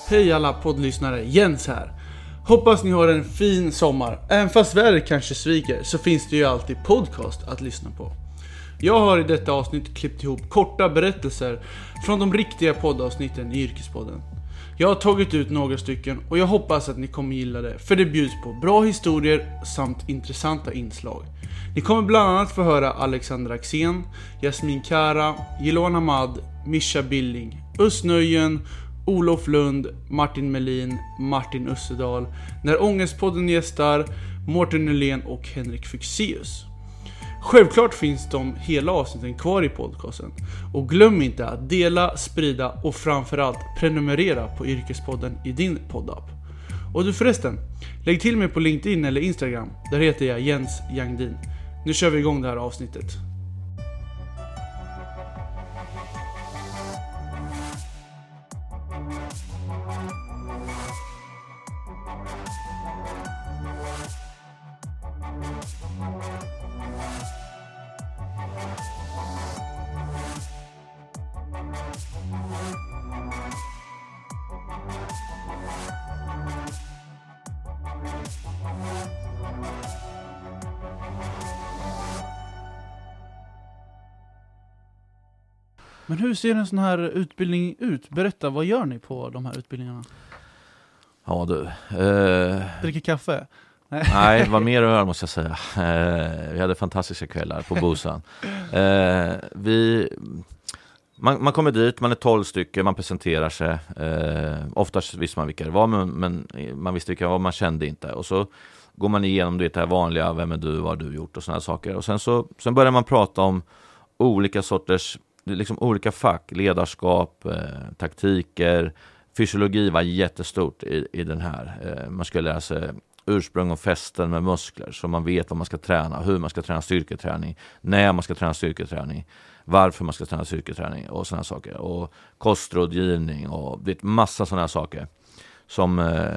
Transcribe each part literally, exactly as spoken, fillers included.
Hej alla poddlyssnare, Jens här. Hoppas ni har en fin sommar. Även fast vädret kanske sviker så finns det ju alltid podcast att lyssna på. Jag har i detta avsnitt klippt ihop korta berättelser från de riktiga poddavsnitten i Yrkespodden. Jag har tagit ut några stycken och jag hoppas att ni kommer gilla det, för det bjuds på bra historier samt intressanta inslag. Ni kommer bland annat få höra Alexander Axén, Jasmin Kara, Jelona Mad, Mischa Billing, Usnöjen, Olof Lund, Martin Melin, Martin Ussedal, När Ångestpodden gästar, Mårten Nylén och Henrik Fexeus. Självklart finns de hela avsnitten kvar i podcasten. Och glöm inte att dela, sprida och framförallt prenumerera på Yrkespodden i din poddapp. Och du förresten, lägg till mig på LinkedIn eller Instagram. Där heter jag Jens Jangdin. Nu kör vi igång det här avsnittet. Men hur ser en sån här utbildning ut? Berätta, vad gör ni på de här utbildningarna? Ja du. Eh... Dricker kaffe? Nej, det var mer att höra måste jag säga. Eh, vi hade fantastiska kvällar på Bosan. Eh, vi... Man, man kommer dit, man är tolv stycken, man presenterar sig. Eh, oftast visste man vilka det var, men, men man visste vilka det var, man kände inte. Och så går man igenom det här vanliga, vem är du, vad har du gjort och såna här saker. Och sen, så, sen börjar man prata om olika sorters... liksom olika fack, ledarskap, eh, taktiker, fysiologi var jättestort i, i den här. Eh, man skulle lära sig ursprung och fästen med muskler så man vet vad man ska träna, hur man ska träna styrketräning, när man ska träna styrketräning, varför man ska träna styrketräning och sådana saker. Och kostrådgivning och det är massa sådana saker som, eh,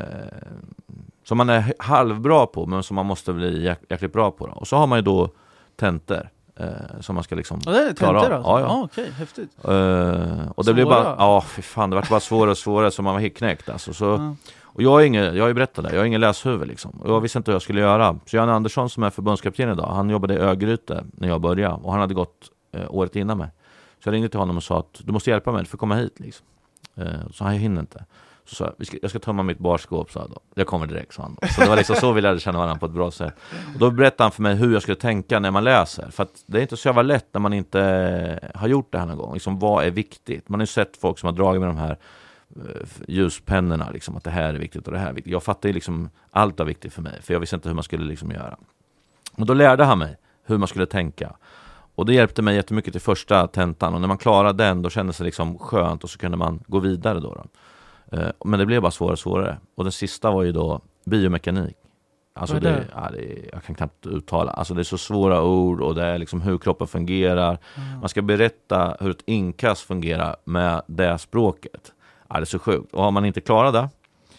som man är halvbra på men som man måste bli jäk- jäkligt bra på. Då. Och så har man ju då tentor. Eh, som man ska liksom ja, det är klara av. Alltså. Ja, ja. Ah, okej, häftigt. Uh, och det blev bara, ja, fy fan, det var bara svårare och svårare så man var helt knäckt alltså. Så, Ja. och jag är ingen, jag har ju berättat det, jag är ingen läshuvud liksom. Och jag visste inte hur jag skulle göra. Så Jan Andersson som är förbundskapten idag, han jobbade i Örgryte när jag började och han hade gått eh, året innan mig. Så jag ringde till honom och sa att du måste hjälpa mig för att komma hit liksom. Uh, så han hinner inte. Så sa jag, ska, jag ska tömma mitt barskåp, så då. Jag kommer direkt, så han då. Så det var liksom så vi lärde känna varandra på ett bra sätt. Och då berättade han för mig hur jag skulle tänka när man läser. För att det är inte så jävla lätt när man inte har gjort det här någon gång. Liksom, vad är viktigt? Man har ju sett folk som har dragit med de här uh, ljuspennorna, liksom, att det här är viktigt och det här är viktigt. Jag fattar ju liksom allt var viktigt för mig, för jag visste inte hur man skulle liksom göra. Och då lärde han mig hur man skulle tänka. Och det hjälpte mig jättemycket till första tentan. Och när man klarade den, då kändes det liksom skönt och så kunde man gå vidare då. då. Men det blev bara svårare och svårare. Och den sista var ju då biomekanik. Alltså det, det? Ja, det, jag kan knappt uttala. Alltså det är så svåra ord och det är liksom hur kroppen fungerar. Mm. Man ska berätta hur ett inkast fungerar med det språket. Ja, det är så sjukt. Och har man inte klarat det,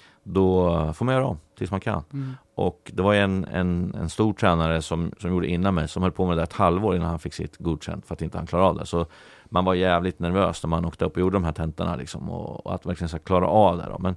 då får man göra om tills man kan. Mm. Och det var en, en, en stor tränare som, som gjorde innan mig, som höll på med det ett halvår innan han fick sitt godkänt för att inte han klarade av det. Så man var jävligt nervös när man åkte upp och gjorde de här tentorna liksom, och, och att verkligen ska klara av det då. Men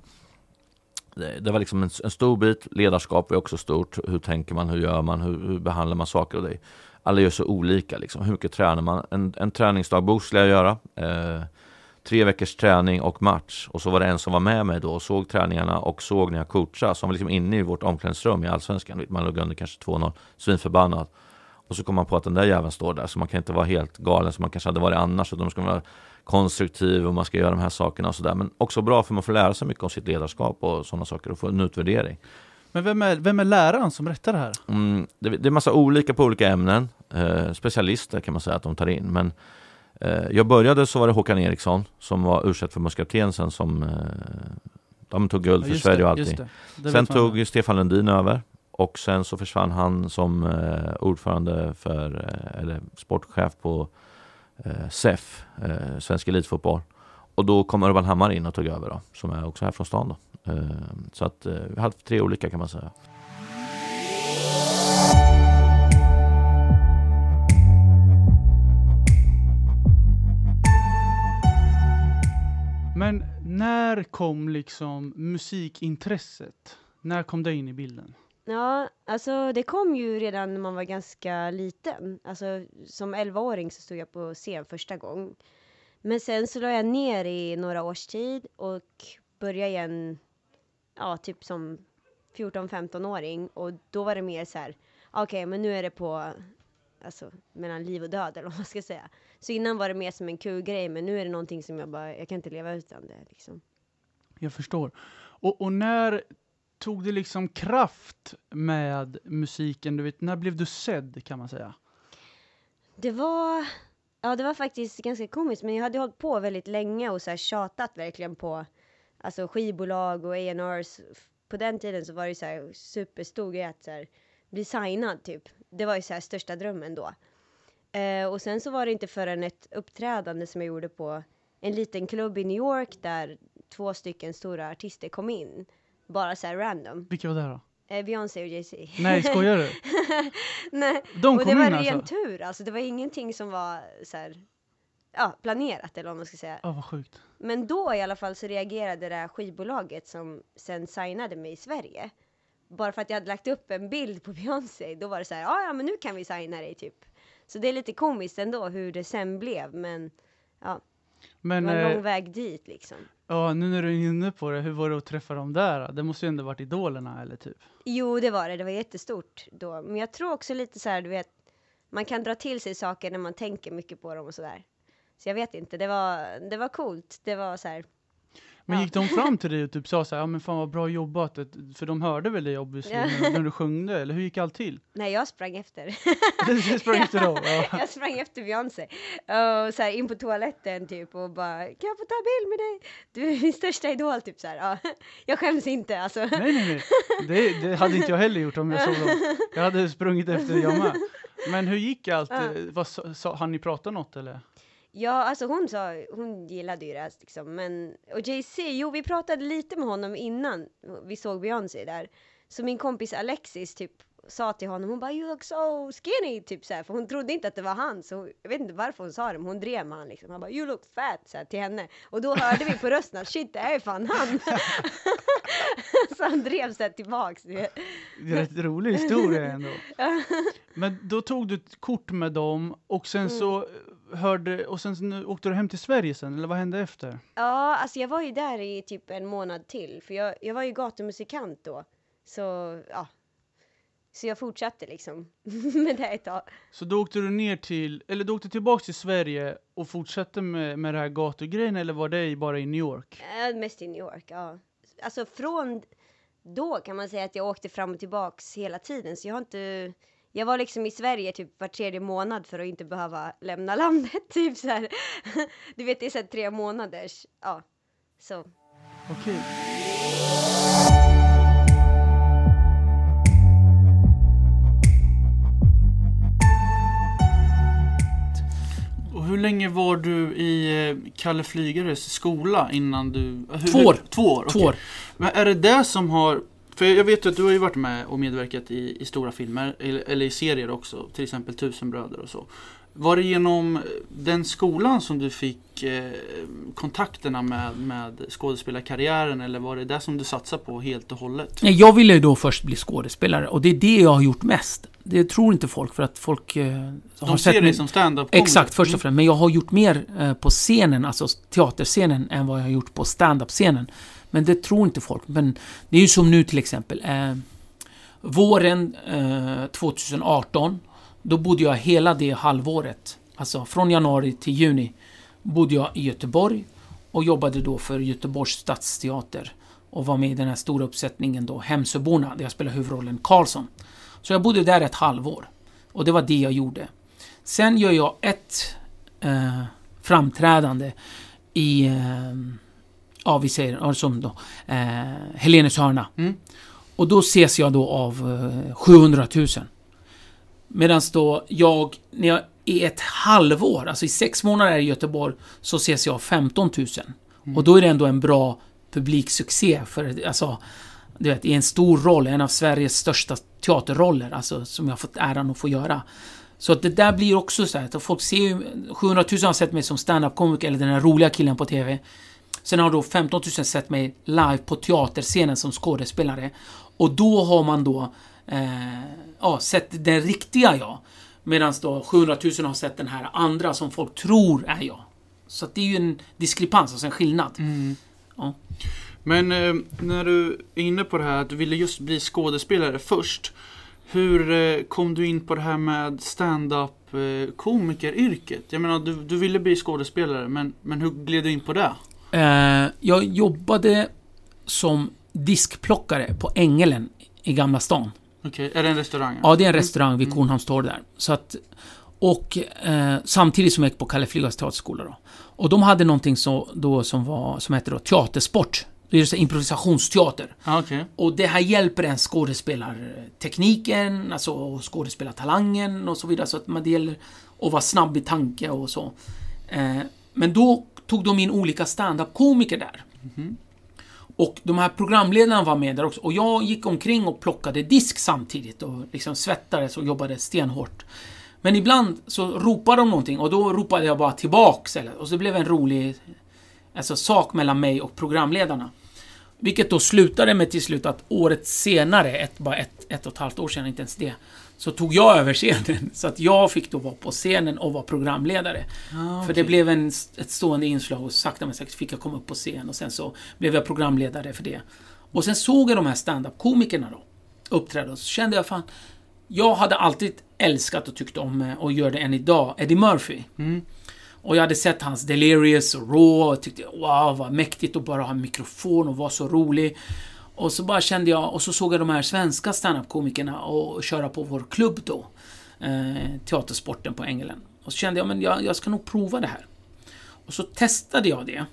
det, det var liksom en, en stor bit. Ledarskap är också stort. Hur tänker man, hur gör man, hur, hur behandlar man saker och det. Alla gör så olika liksom. Hur mycket tränar man? En, en träningsdagbok skulle jag göra. Eh, tre veckors träning och match. Och så var det en som var med mig då och såg träningarna och såg när jag coachade. Som var liksom inne i vårt omklädningsrum i Allsvenskan. Man låg under kanske två noll, svinförbannad. Och så kom man på att den där jäveln står där. Så man kan inte vara helt galen som man kanske hade varit annars. Så de ska vara konstruktiv och man ska göra de här sakerna och sådär. Men också bra för man får lära sig mycket om sitt ledarskap och sådana saker och få en utvärdering. Men vem är, vem är läraren som rättar det här? Mm, det, det är massa olika på olika ämnen. Eh, specialister kan man säga att de tar in. Men eh, jag började så var det Håkan Eriksson som var ursäkt för Musköpten sen som eh, de tog guld för ja, Sverige och allting. Det. Det sen tog ju Stefan Lundin över. Och sen så försvann han som eh, ordförande för, eh, eller sportchef på eh, S E F, eh, Svensk Elitfotboll. Och då kom Urban Hammar in och tog över då, som är också här från stan då. Eh, så att eh, vi hade tre olika kan man säga. Men när kom liksom musikintresset? När kom det in i bilden? Ja, alltså det kom ju redan när man var ganska liten. Alltså som elvaåring så stod jag på scen första gång. Men sen så la jag ner i några års tid och började igen, ja typ som fjorton-femton-åring. Och då var det mer så här, okej okay, men nu är det på, alltså mellan liv och död eller vad man ska säga. Så innan var det mer som en kul grej, men nu är det någonting som jag bara, jag kan inte leva utan det liksom. Jag förstår. Och, och när tog det liksom kraft med musiken? Du vet, när blev du sedd kan man säga? Det var, ja det var faktiskt ganska komiskt, men jag hade hållit på väldigt länge och så här tjatat verkligen på alltså skivbolag och A and R's. På den tiden så var det så här superstor grej att så här, bli signad typ. Det var ju så här största drömmen då. Eh, och sen så var det inte förrän ett uppträdande som jag gjorde på en liten klubb i New York där två stycken stora artister kom in. Bara så här random. Vilka var det då? Eh, Beyoncé och Jay-Z. Nej, skojar du? Nej, De och kom det var in ren alltså? tur. Alltså det var ingenting som var så här, ja, planerat eller vad man ska säga. Ja, oh, vad sjukt. Men då i alla fall så reagerade det här skivbolaget som sen signade mig i Sverige. Bara för att jag hade lagt upp en bild på Beyoncé. Då var det så här, ja ja men nu kan vi signa dig typ. Så det är lite komiskt ändå hur det sen blev. Men ja, men, det var en eh, lång väg dit liksom. Ja, nu när du är inne på det, hur var det att träffa dem där? Det måste ju ändå varit idolerna eller typ. Jo det var det, det var jättestort då. Men jag tror också lite så här, du vet, man kan dra till sig saker när man tänker mycket på dem och sådär. Så jag vet inte, det var, det var coolt. Det var så här. Men Ja. gick de fram till dig och typ sa så här, ja men fan vad bra jobbat, för de hörde väl dig obviously Ja. när, när du sjöng det, eller hur gick allt till? Nej, jag sprang efter. Du sprang efter dem? Ja. Jag sprang efter Beyoncé. Och så här in på toaletten typ och bara, kan jag få ta bild med dig? Du är min största idol typ så här. Ja. Jag skäms inte alltså. Nej, nej, nej. Det, det hade inte jag heller gjort om jag såg dem. Jag hade sprungit efter jag med. Men hur gick allt? Ja. Vad, sa, sa, hann ni prata något eller? Ja, alltså hon sa, hon gillade ju det liksom. Men, och Jay-Z, jo vi pratade lite med honom innan vi såg Beyoncé där. Så min kompis Alexis typ sa till honom, hon bara, you look so skinny typ så här. För hon trodde inte att det var han, så jag vet inte varför hon sa det, men hon drev med han liksom. Han bara, you look fat så här, till henne. Och då hörde vi på rösten att shit, det är fan han. Så han drev så här tillbaks. Du vet. Det är en rätt rolig historia ändå. Men då tog du ett kort med dem och sen Mm. så hörde, och sen så nu åkte du hem till Sverige sen, eller vad hände efter? Ja, alltså jag var ju där i typ en månad till. För jag, jag var ju gatumusikant då. Så, ja. Så jag fortsatte liksom med det ett tag. Så då åkte du ner till, eller du åkte tillbaka till Sverige och fortsatte med, med det här gatugrejen, eller var det bara i New York? Äh, mest i New York, ja. Alltså från då kan man säga att jag åkte fram och tillbaks hela tiden. Så jag har inte... Jag var liksom i Sverige typ var tredje månad för att inte behöva lämna landet. Typ så här. Du vet, det är så här tre månaders. Ja, så. Okej. Och hur länge var du i eh, Kalle Flygares skola innan du... Hur, Två år. Hur, två år, Två okej. år. Men är det det som har... För jag vet att du har ju varit med och medverkat i, i stora filmer, eller, eller i serier också, till exempel Tusenbröder och så. Var det genom den skolan som du fick eh, kontakterna med, med skådespelarkarriären, eller var det det som du satsade på helt och hållet? Nej, jag ville ju då först bli skådespelare och det är det jag har gjort mest. Det tror inte folk för att folk eh, har De ser sett dig mig som stand-up. Exakt, först och främst. Men jag har gjort mer eh, på scenen, alltså teaterscenen, än vad jag har gjort på stand-up-scenen. Men det tror inte folk. Men det är ju som nu till exempel. Eh, våren eh, tjugoarton, då bodde jag hela det halvåret. Alltså från januari till juni bodde jag i Göteborg och jobbade då för Göteborgs stadsteater. Och var med i den här stora uppsättningen då, Hemsöborna, där jag spelade huvudrollen Karlsson. Så jag bodde där ett halvår. Och det var det jag gjorde. Sen gör jag ett eh, framträdande i... Eh, ja, vi säger som då eh, Helenes hörna. Mm. Och då ses jag då av eh, sjuhundratusen. Medan då jag, när jag är ett halvår, alltså i sex månader i Göteborg, så ses jag av femton tusen. Mm. Och då är det ändå en bra publiksuccé. För alltså, du vet, i en stor roll, en av Sveriges största teaterroller, alltså som jag har fått äran att få göra. Så att det där blir också så här, att folk ser ju, sjuhundratusen har sett mig som stand-up-komiker eller den här roliga killen på tv. Sen har då femton tusen sett mig live på teaterscenen som skådespelare. Och då har man då eh, ja, sett den riktiga jag. Medan då sjuhundratusen har sett den här andra som folk tror är jag. Så att det är ju en diskrepans, alltså en skillnad. Mm. Ja. Men eh, när du är inne på det här att du ville just bli skådespelare först. Hur eh, kom du in på det här med stand-up eh, komikeryrket? Jag menar, du, du ville bli skådespelare, men, men hur gled du in på det? Eh, jag jobbade som diskplockare på Ängelen i Gamla stan. Okej, okay. Är det en restaurang? Ja, det är en restaurang vid Kornhamns torg där. Så att, och eh, samtidigt som jag gick på Kalle Flygas teaterskola då. Och de hade någonting så, då som, var, som heter då teatersport. Det är så improvisationsteater. Ah, okay. Och det här hjälper en skådespelartekniken, alltså skådespelartalangen och så vidare. Så att man det gäller att vara snabb i tanke och så. Eh, men då tog de in olika stand-up-komiker där. Mm-hmm. Och de här programledarna var med där också. Och jag gick omkring och plockade disk samtidigt. Och liksom svettades och jobbade stenhårt. Men ibland så ropade de någonting. Och då ropade jag bara tillbaks. Och så blev det en rolig alltså, sak mellan mig och programledarna. Vilket då slutade med till slut att året senare, ett, bara ett, ett och ett halvt år sedan, inte ens det, så tog jag över scenen. Så att jag fick då vara på scenen och vara programledare. Ah, okay. För det blev en, ett stående inslag och sakta men säkert fick jag komma upp på scen. Och sen så blev jag programledare för det. Och sen såg jag de här stand-up-komikerna då uppträda. Och så kände jag fan, jag hade alltid älskat och tyckt om och gör det än idag, Eddie Murphy. Mm. Och jag hade sett hans Delirious och Raw och tyckte wow, vad mäktigt att bara ha en mikrofon och vara så rolig. Och så bara kände jag, och så såg jag de här svenska stand-up-komikerna och köra på vår klubb då, eh, teatersporten på Ängelen. Och så kände jag, men jag, jag ska nog prova det här. Och så testade jag det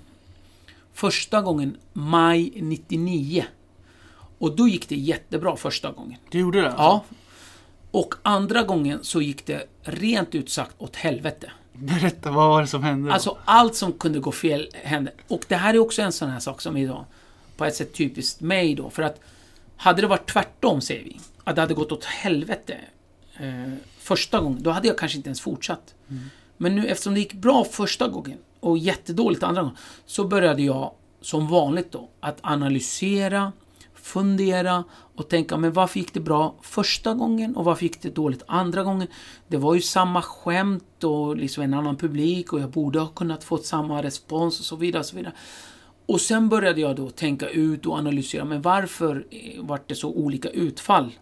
första gången maj nittionio. Och då gick det jättebra första gången. Du gjorde det? Alltså? Ja. Och andra gången så gick det rent ut sagt åt helvete. Berätta, vad var det som hände då? Alltså allt som kunde gå fel hände. Och det här är också en sån här sak som är då på ett sätt typiskt mig då. För att hade det varit tvärtom, säger vi, att det hade gått åt helvete eh, första gången, då hade jag kanske inte ens fortsatt. Mm. Men nu eftersom det gick bra första gången och jättedåligt andra gången, så började jag som vanligt då att analysera, fundera och tänka, men varför gick det bra första gången och varför gick det dåligt andra gången? Det var ju samma skämt och liksom en annan publik och jag borde ha kunnat få samma respons och så vidare och så vidare. Och sen började jag då tänka ut och analysera, men varför var det så olika utfall?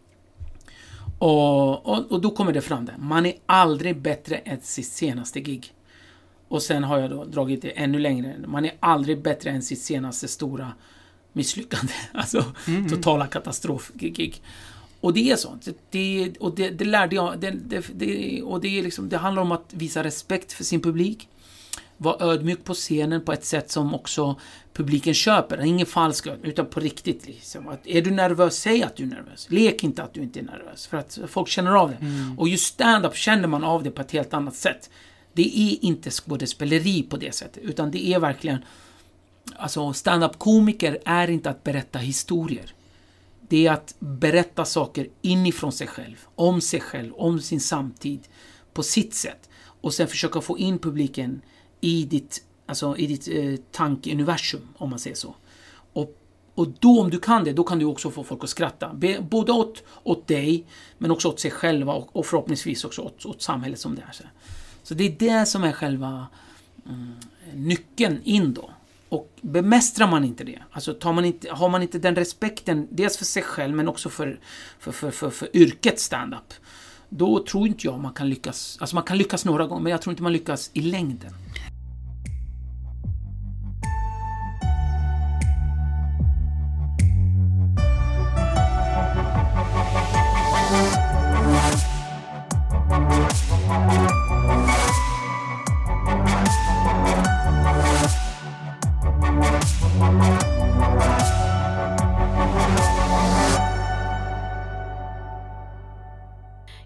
Och, och, och då kommer det fram där. Man är aldrig bättre än sitt senaste gig. Och sen har jag då dragit det ännu längre. Man är aldrig bättre än sitt senaste stora misslyckande. Alltså mm-hmm. totala katastrofgig. Och det är sånt. Det, och det, det lärde jag. Det, det, det, och det, är liksom, det handlar om att visa respekt för sin publik. Vara ödmjuk på scenen på ett sätt som också publiken köper. Det är ingen falsk ödmjuk, utan på riktigt. Liksom. Att är du nervös, säg att du är nervös. Lek inte att du inte är nervös. För att folk känner av det. Mm. Och just stand-up känner man av det på ett helt annat sätt. Det är inte skådespeleri på det sättet. Utan det är verkligen... Alltså stand-up-komiker är inte att berätta historier. Det är att berätta saker inifrån sig själv. Om sig själv, om sin samtid. På sitt sätt. Och sen försöka få in publiken i ditt, alltså i ditt eh, tankeuniversum, om man säger så. Och, och då, om du kan det, då kan du också få folk att skratta. Be, både åt, åt dig, men också åt sig själva och, och förhoppningsvis också åt, åt samhället som det är. Så, så det är det som är själva mm, nyckeln in då. Och bemästrar man inte det, alltså tar man inte, har man inte den respekten, dels för sig själv men också för, för, för, för, för yrket stand-up, då tror inte jag man kan lyckas, alltså man kan lyckas några gånger, men jag tror inte man lyckas i längden.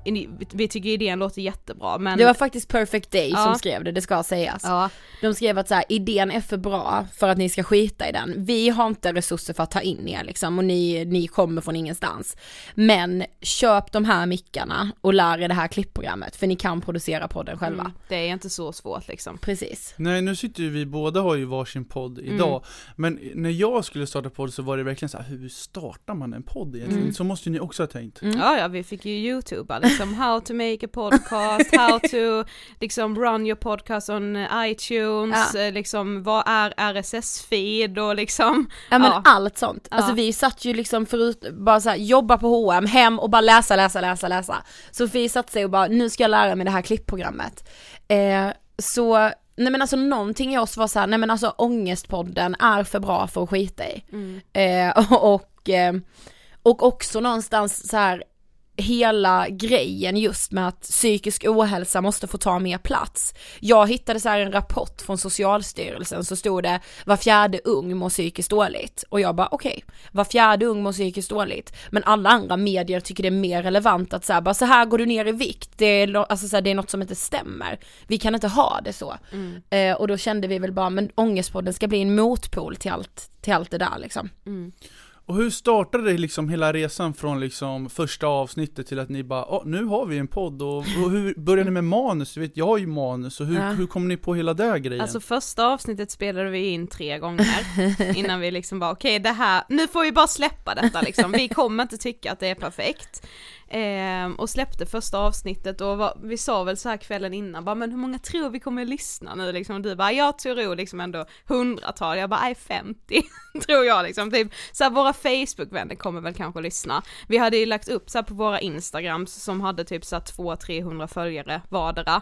vi tycker idén låter jättebra. Men... Det var faktiskt Perfect Day ja. som skrev det, det ska sägas. Ja. De skrev att så här, idén är för bra för att ni ska skita i den. Vi har inte resurser för att ta in er liksom, och ni, ni kommer från ingenstans. Men köp de här mickarna och lär er det här klippprogrammet, för ni kan producera podden själva. Mm, det är inte så svårt liksom. Precis. Nej, nu sitter ju vi båda har ju varsin podd idag. Mm. Men när jag skulle starta podd så var det verkligen så här, hur startar man en podd egentligen? Mm. Så måste ni också ha tänkt. Mm. Ja, ja, vi fick ju YouTuba liksom, how to make a podcast, how to liksom run your podcast on iTunes, ja. liksom vad är R S S-feed och liksom. Ja, men ja. allt sånt. Alltså ja. vi satt ju liksom förut, bara så här, jobba på H och M, hem och bara läsa, läsa, läsa, läsa. Sofie satt sig och bara, nu ska jag lära mig det här klippprogrammet. Eh, så, nej men alltså någonting i oss var så här, nej men alltså ångestpodden är för bra för att skita i. Mm. Eh, och, och, eh, och också någonstans så här, hela grejen just med att psykisk ohälsa måste få ta mer plats. Jag hittade så här en rapport från Socialstyrelsen, så stod det var fjärde ung mår psykiskt dåligt. Och jag bara okej, okay, var fjärde ung mår psykiskt dåligt. Men alla andra medier tycker det är mer relevant att så här, bara så här går du ner i vikt. Det är, alltså så här, det är något som inte stämmer. Vi kan inte ha det så. Mm. Eh, och då kände vi väl bara, men ångestpodden ska bli en motpol till allt, till allt det där liksom. Mm. Och hur startade det liksom hela resan från liksom första avsnittet till att ni bara, oh, nu har vi en podd, och, och hur började ni med manus? Du vet, jag har ju manus, och hur, ja. hur kom ni på hela där grejen? Alltså första avsnittet spelade vi in tre gånger innan vi liksom bara, okej okay, det här, nu får vi bara släppa detta liksom, vi kommer inte tycka att det är perfekt. Eh, och släppte första avsnittet och var, vi sa väl så här kvällen innan bara, men hur många tror vi kommer lyssna nu liksom, och du bara, jag tror liksom ändå hundratal, jag bara, nej femtio tror jag liksom, typ så här, våra Facebook-vänner kommer väl kanske lyssna. Vi hade ju lagt upp så här på våra Instagrams som hade typ så här två till trehundra följare vardera,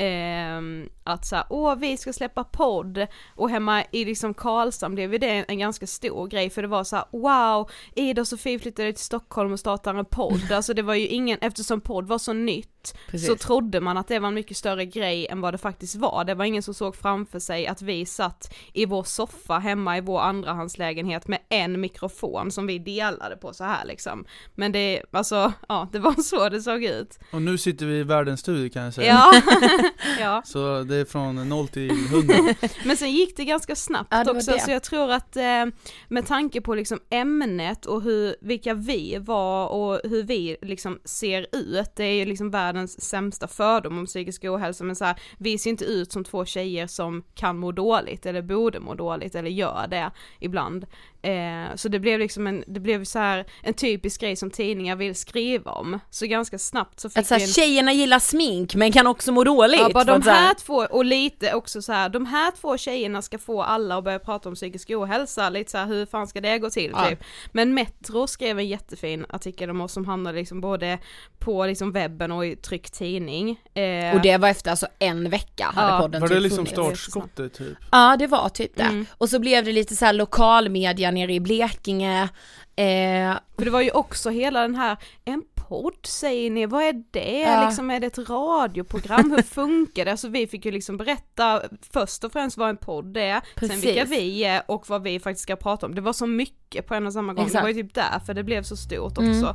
eh, att så här, åh vi ska släppa podd, och hemma i liksom Karlshamn blev det en, en ganska stor grej, för det var så här, wow, Ida och Sofie flyttade till Stockholm och startade en podd, alltså det var ju ingen, eftersom podd var så nytt. Precis. Så trodde man att det var en mycket större grej än vad det faktiskt var. Det var ingen som såg framför sig att vi satt i vår soffa hemma i vår andrahandslägenhet med en mikrofon som vi delade på så här liksom. Men det, alltså, ja, det var så det såg ut. Och nu sitter vi i världens studio kan jag säga. Ja. ja. Så det är från noll till hundra. Men sen gick det ganska snabbt ja, också, så jag tror att eh, med tanke på liksom ämnet och hur, vilka vi var och hur vi liksom ser ut, det är ju liksom världens sämsta fördom om psykisk ohälsa, men så här, vi ser inte ut som två tjejer som kan må dåligt eller borde må dåligt eller gör det ibland. Eh, så det blev liksom en, det blev så här en typisk grej som tidningar vill skriva om. Så ganska snabbt så fick att så här, en... tjejerna gillar smink men kan också må dåligt. Ja, bara de här två, och lite också så här, de här två tjejerna ska få alla att börja prata om psykisk ohälsa, lite så här, hur fan ska det gå till ja. typ. Men Metro skrev en jättefin artikel om oss som handlade liksom både på liksom webben och i tryckt tidning. Eh... Och det var efter alltså en vecka hade ja. podden var typ det liksom funnits. startskottet typ? Ja, det var typ det. Mm. Och så blev det lite så här lokalmedia nere i Blekinge. Eh... För det var ju också hela den här, en podd säger ni, vad är det? Ja. Liksom, är det ett radioprogram? Hur funkar det? Alltså vi fick ju liksom berätta först och främst vad en podd är, Precis. sen vilka vi är och vad vi faktiskt ska prata om. Det var så mycket på en och samma gång. Exakt. Det var ju typ därför det blev så stort också. Mm.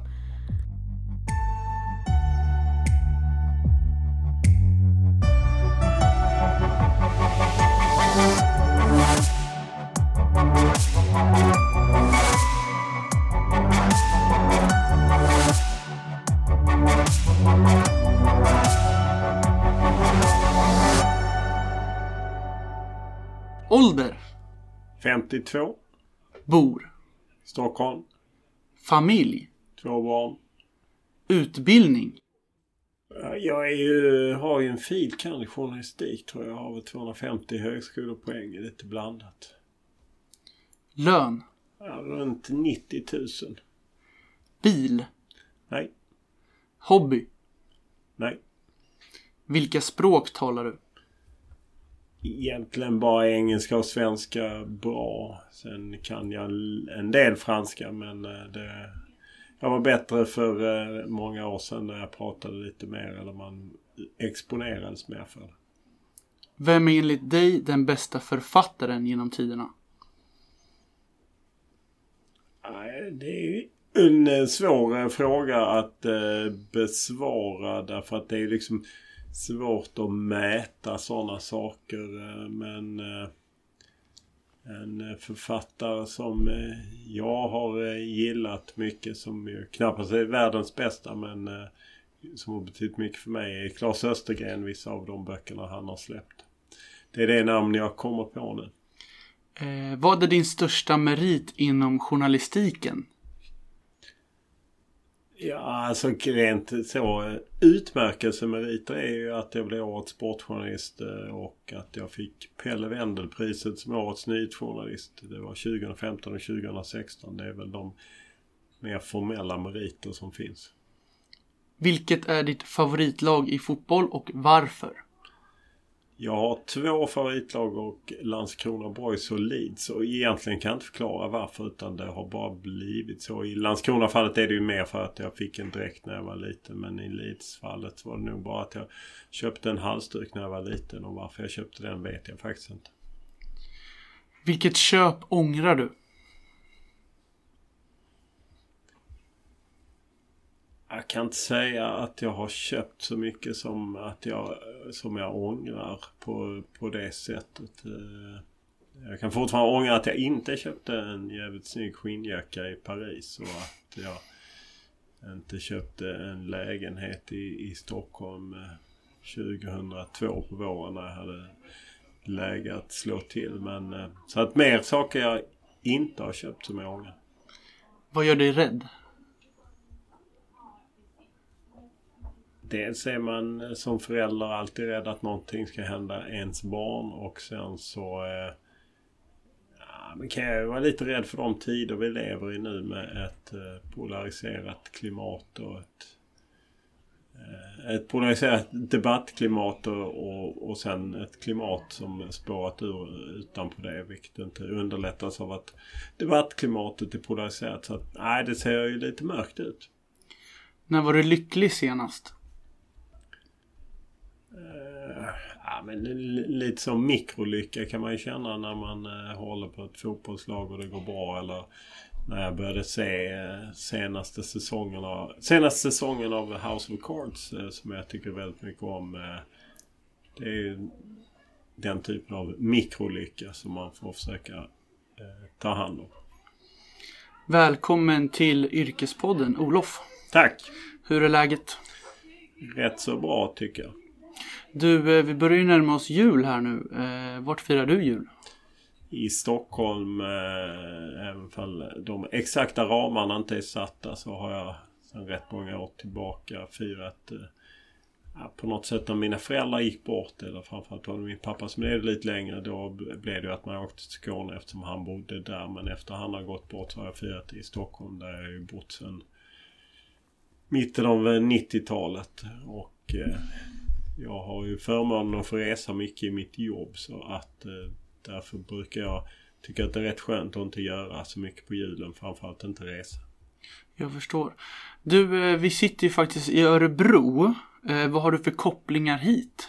Ålder? femtiotvå. Bor? Stockholm. Familj? Två barn. Utbildning? Jag är ju, har ju en filkand i journalistik, tror jag. Jag har väl tvåhundrafemtio högskolepoäng, lite blandat. Lön? Ja, runt nittio tusen. Bil? Nej. Hobby? Nej. Vilka språk talar du? Egentligen bara engelska och svenska bra. Sen kan jag en del franska, men det... Jag var bättre för många år sedan när jag pratade lite mer, eller man exponerades mer för det. Vem är enligt dig den bästa författaren genom tiderna? Nej, det är ju En svår fråga att eh, besvara, därför att det är liksom svårt att mäta sådana saker. Men eh, en författare som eh, jag har eh, gillat mycket, som ju knappast är världens bästa, men eh, som har betytt mycket för mig, är Claes Östergren, vissa av de böckerna han har släppt. Det är det namn jag kommer på nu. Eh, vad är din största merit inom journalistiken? Ja, alltså rent så utmärkelsemeriter är ju att jag blev årets sportjournalist och att jag fick Pelle Wendel-priset som årets nyhetsjournalist. Det var tjugohundrafemton och tjugohundrasexton. Det är väl de mer formella meriter som finns. Vilket är ditt favoritlag i fotboll och varför? Jag har två favoritlag, och Landskrona Boys och Leeds. Och egentligen kan jag inte förklara varför, utan det har bara blivit så. I Landskrona-fallet är det ju mer för att jag fick en dräkt när jag var liten. Men i Leeds-fallet var det nog bara att jag köpte en halsduk när jag var liten. Och varför jag köpte den vet jag faktiskt inte. Vilket köp ångrar du? Jag kan inte säga att jag har köpt så mycket som att jag som jag ångrar på, på det sättet. Jag kan fortfarande ångra att jag inte köpte en jävligt snygg skinnjacka i Paris, och att jag inte köpte en lägenhet i, i Stockholm tjugohundratvå på våren när jag hade läge att slå till. Men, så att mer saker jag inte har köpt som jag ångrar. Vad gör dig rädd? Dels är man som förälder alltid rädd att någonting ska hända ens barn, och sen så eh, ja, men kan jag vara lite rädd för de tider vi lever i nu med ett eh, polariserat klimat och ett, eh, ett polariserat debattklimat och, och, och sen ett klimat som spårat ur utanpå det, vilket inte underlättas av att debattklimatet är polariserat. Så att, nej, det ser ju lite mörkt ut. När var du lycklig senast? Uh, ja, men lite som mikrolycka kan man ju känna när man uh, håller på ett fotbollslag och det går bra, eller när jag började se uh, senaste säsongen av, senaste säsongen av House of Cards uh, som jag tycker väldigt mycket om. Uh, det är ju den typen av mikrolycka som man får försöka uh, ta hand om. Välkommen till Yrkespodden, Olof. Tack. Hur är läget? Rätt så bra tycker jag. Du, vi börjar ju närma oss jul här nu. Eh, vart firar du jul? I Stockholm, eh, även fall de exakta ramarna inte är satta, så har jag sedan rätt många år tillbaka firat eh, ja, på något sätt när mina föräldrar gick bort, eller framförallt var det min pappa som levde lite längre. Då blev det att man åkte till Skåne eftersom han bodde där, men efter han har gått bort så har jag firat i Stockholm, där jag ju bott sedan mitten av nittiotalet, och eh, jag har ju förmånen att få resa mycket i mitt jobb, så att eh, därför brukar jag tycka att det är rätt skönt att inte göra så mycket på julen, framförallt inte resa. Jag förstår. Du, eh, vi sitter ju faktiskt i Örebro. Eh, vad har du för kopplingar hit?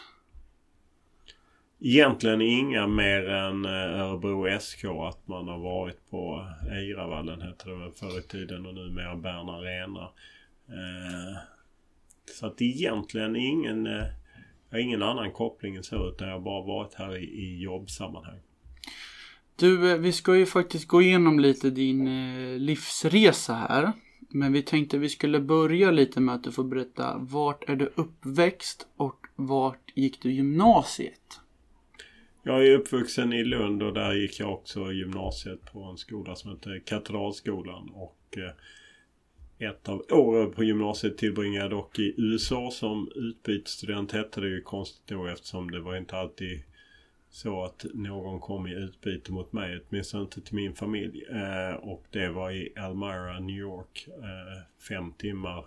Egentligen inga mer än eh, Örebro S K, att man har varit på Eiravallen heter det väl förr i tiden, och numera Bern Arena. Eh, så att egentligen ingen, eh, jag har ingen annan koppling än så, utan jag har bara varit här i, i jobbsammanhang. Du, eh, vi ska ju faktiskt gå igenom lite din eh, livsresa här. Men vi tänkte vi skulle börja lite med att du får berätta, vart är du uppväxt och vart gick du gymnasiet? Jag är uppvuxen i Lund, och där gick jag också gymnasiet på en skola som heter Katedralskolan, och eh, ett av åren på gymnasiet tillbringade jag dock i U S A som utbytesstudent, hette det ju konstigt då, eftersom det var inte alltid så att någon kom i utbyte mot mig, åtminstone inte till min familj. Eh, och det var i Elmira, New York, eh, fem timmar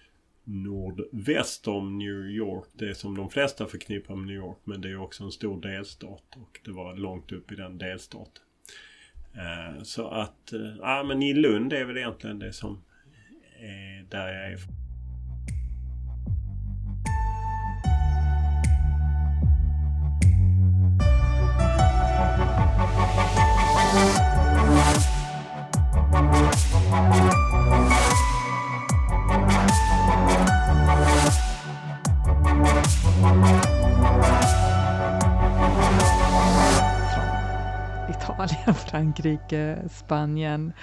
nordväst om New York. Det är som de flesta förknippar med New York, men det är också en stor delstat, och det var långt upp i den delstaten. Eh, så att, eh, ja, men i Lund är väl egentligen det som är där jag är. Italien, Frankrike, Spanien,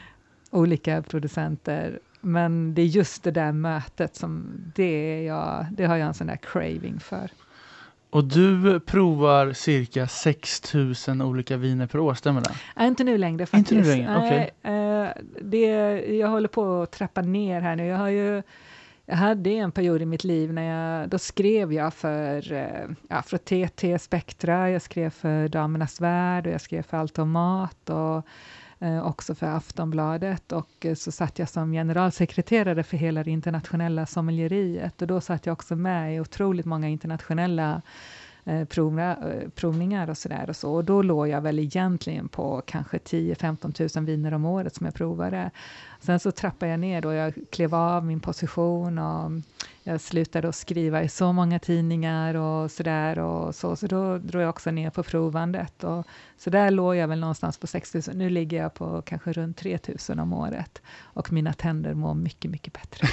olika producenter. Men det är just det där mötet som det, är jag, det har jag en sån där craving för. Och du provar cirka sex tusen olika viner per år, stämmer det? Äh, inte nu längre faktiskt. Inte nu längre, okej. Okay. Äh, det, jag håller på att trappa ner här nu. Jag har ju Jag hade en period i mitt liv när jag, då skrev jag för, ja, för T T Spektra, jag skrev för Damernas Värld och jag skrev för Allt om mat och eh, också för Aftonbladet, och eh, så satt jag som generalsekreterare för hela det internationella sommelieriet, och då satt jag också med i otroligt många internationella eh, provna, eh, provningar och sådär och så, och då låg jag väl egentligen på kanske tio till femton tusen viner om året som jag provade. Sen så trappade jag ner då, jag klev av min position och jag slutade att skriva i så många tidningar och sådär och så, så då drog jag också ner på provandet, och så där låg jag väl någonstans på sex tusen. Nu ligger jag på kanske runt tre tusen om året och mina tänder mår mycket, mycket bättre.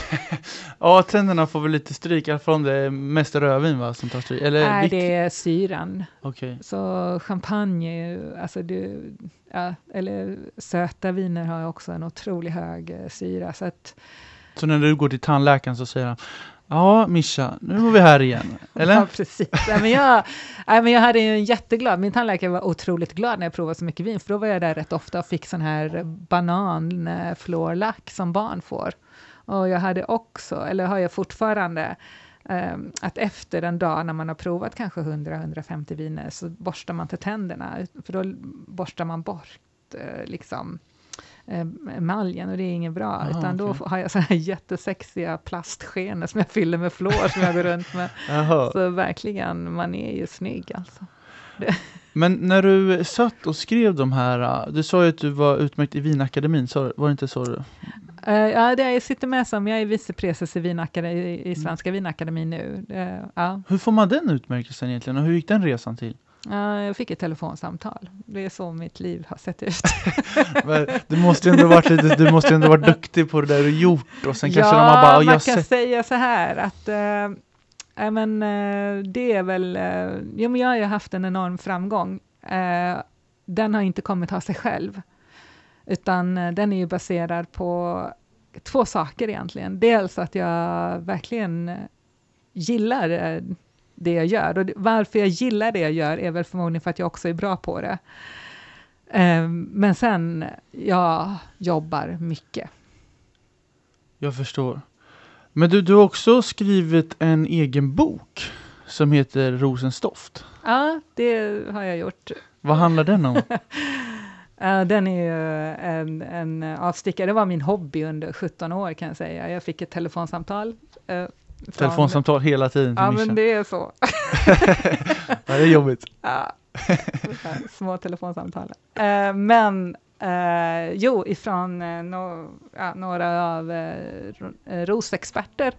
Ja, tänderna får väl lite stryk, i alla fall om det är mest rödvin va, som tar stryk? Eller Nej, vilk... det är syran. Okay. Så champagne, alltså du, ja, eller söta viner har också en otroligt hög eh, syra. Så, att, så när du går till tandläkaren så säger han, ja Mischa, nu är vi här igen, eller? Ja, precis. Ja, men, jag, ja, men jag hade ju en jätteglad, min tandläkare var otroligt glad när jag provade så mycket vin, för då var jag där rätt ofta och fick sån här bananflorlack som barn får. Och jag hade också, eller har jag fortfarande, Um, att efter en dag när man har provat kanske hundra till hundrafemtio viner så borstar man till tänderna, för då borstar man bort uh, liksom uh, emaljen, och det är inget bra. Aha, utan okay. Då har jag så här jättesexiga plastskenor som jag fyller med flår som jag går runt med. Aha. Så verkligen, man är ju snygg alltså. Det. Men när du satt och skrev de här, du sa ju att du var utmärkt i Vinakademin, så var det inte så? Du? Uh, ja, det är, jag sitter med som, jag är vicepreses i, i, i Svenska mm. Vinakademin nu. Uh, ja. Hur får man den utmärkelsen egentligen, och hur gick den resan till? Uh, jag fick ett telefonsamtal. Det är så mitt liv har sett ut. Men du måste ju ändå varit lite, du måste ändå varit duktig på det där du gjort, och sen kanske ja, de har bara, man jag kan sett... säga så här att uh, äh, men, uh, det är väl, uh, ja, men jag har ju haft en enorm framgång. Uh, den har inte kommit av sig själv, utan uh, den är ju baserad på två saker egentligen. Dels att jag verkligen gillar det jag gör. Och varför jag gillar det jag gör är väl förmodligen för att jag också är bra på det. Men sen, jag jobbar mycket. Jag förstår. Men du, du har också skrivit en egen bok som heter Rosens doft. Ja, det har jag gjort. Vad handlar den om? Uh, den är ju en, en avstickare. Det var min hobby under sjutton år kan jag säga. Jag fick ett telefonsamtal. Uh, från... Telefonsamtal hela tiden till Ja, Mischa. men det är så. Ja, det är jobbigt. Ja, små telefonsamtal. Uh, men uh, jo, ifrån uh, no, ja, några av uh, rosexperter.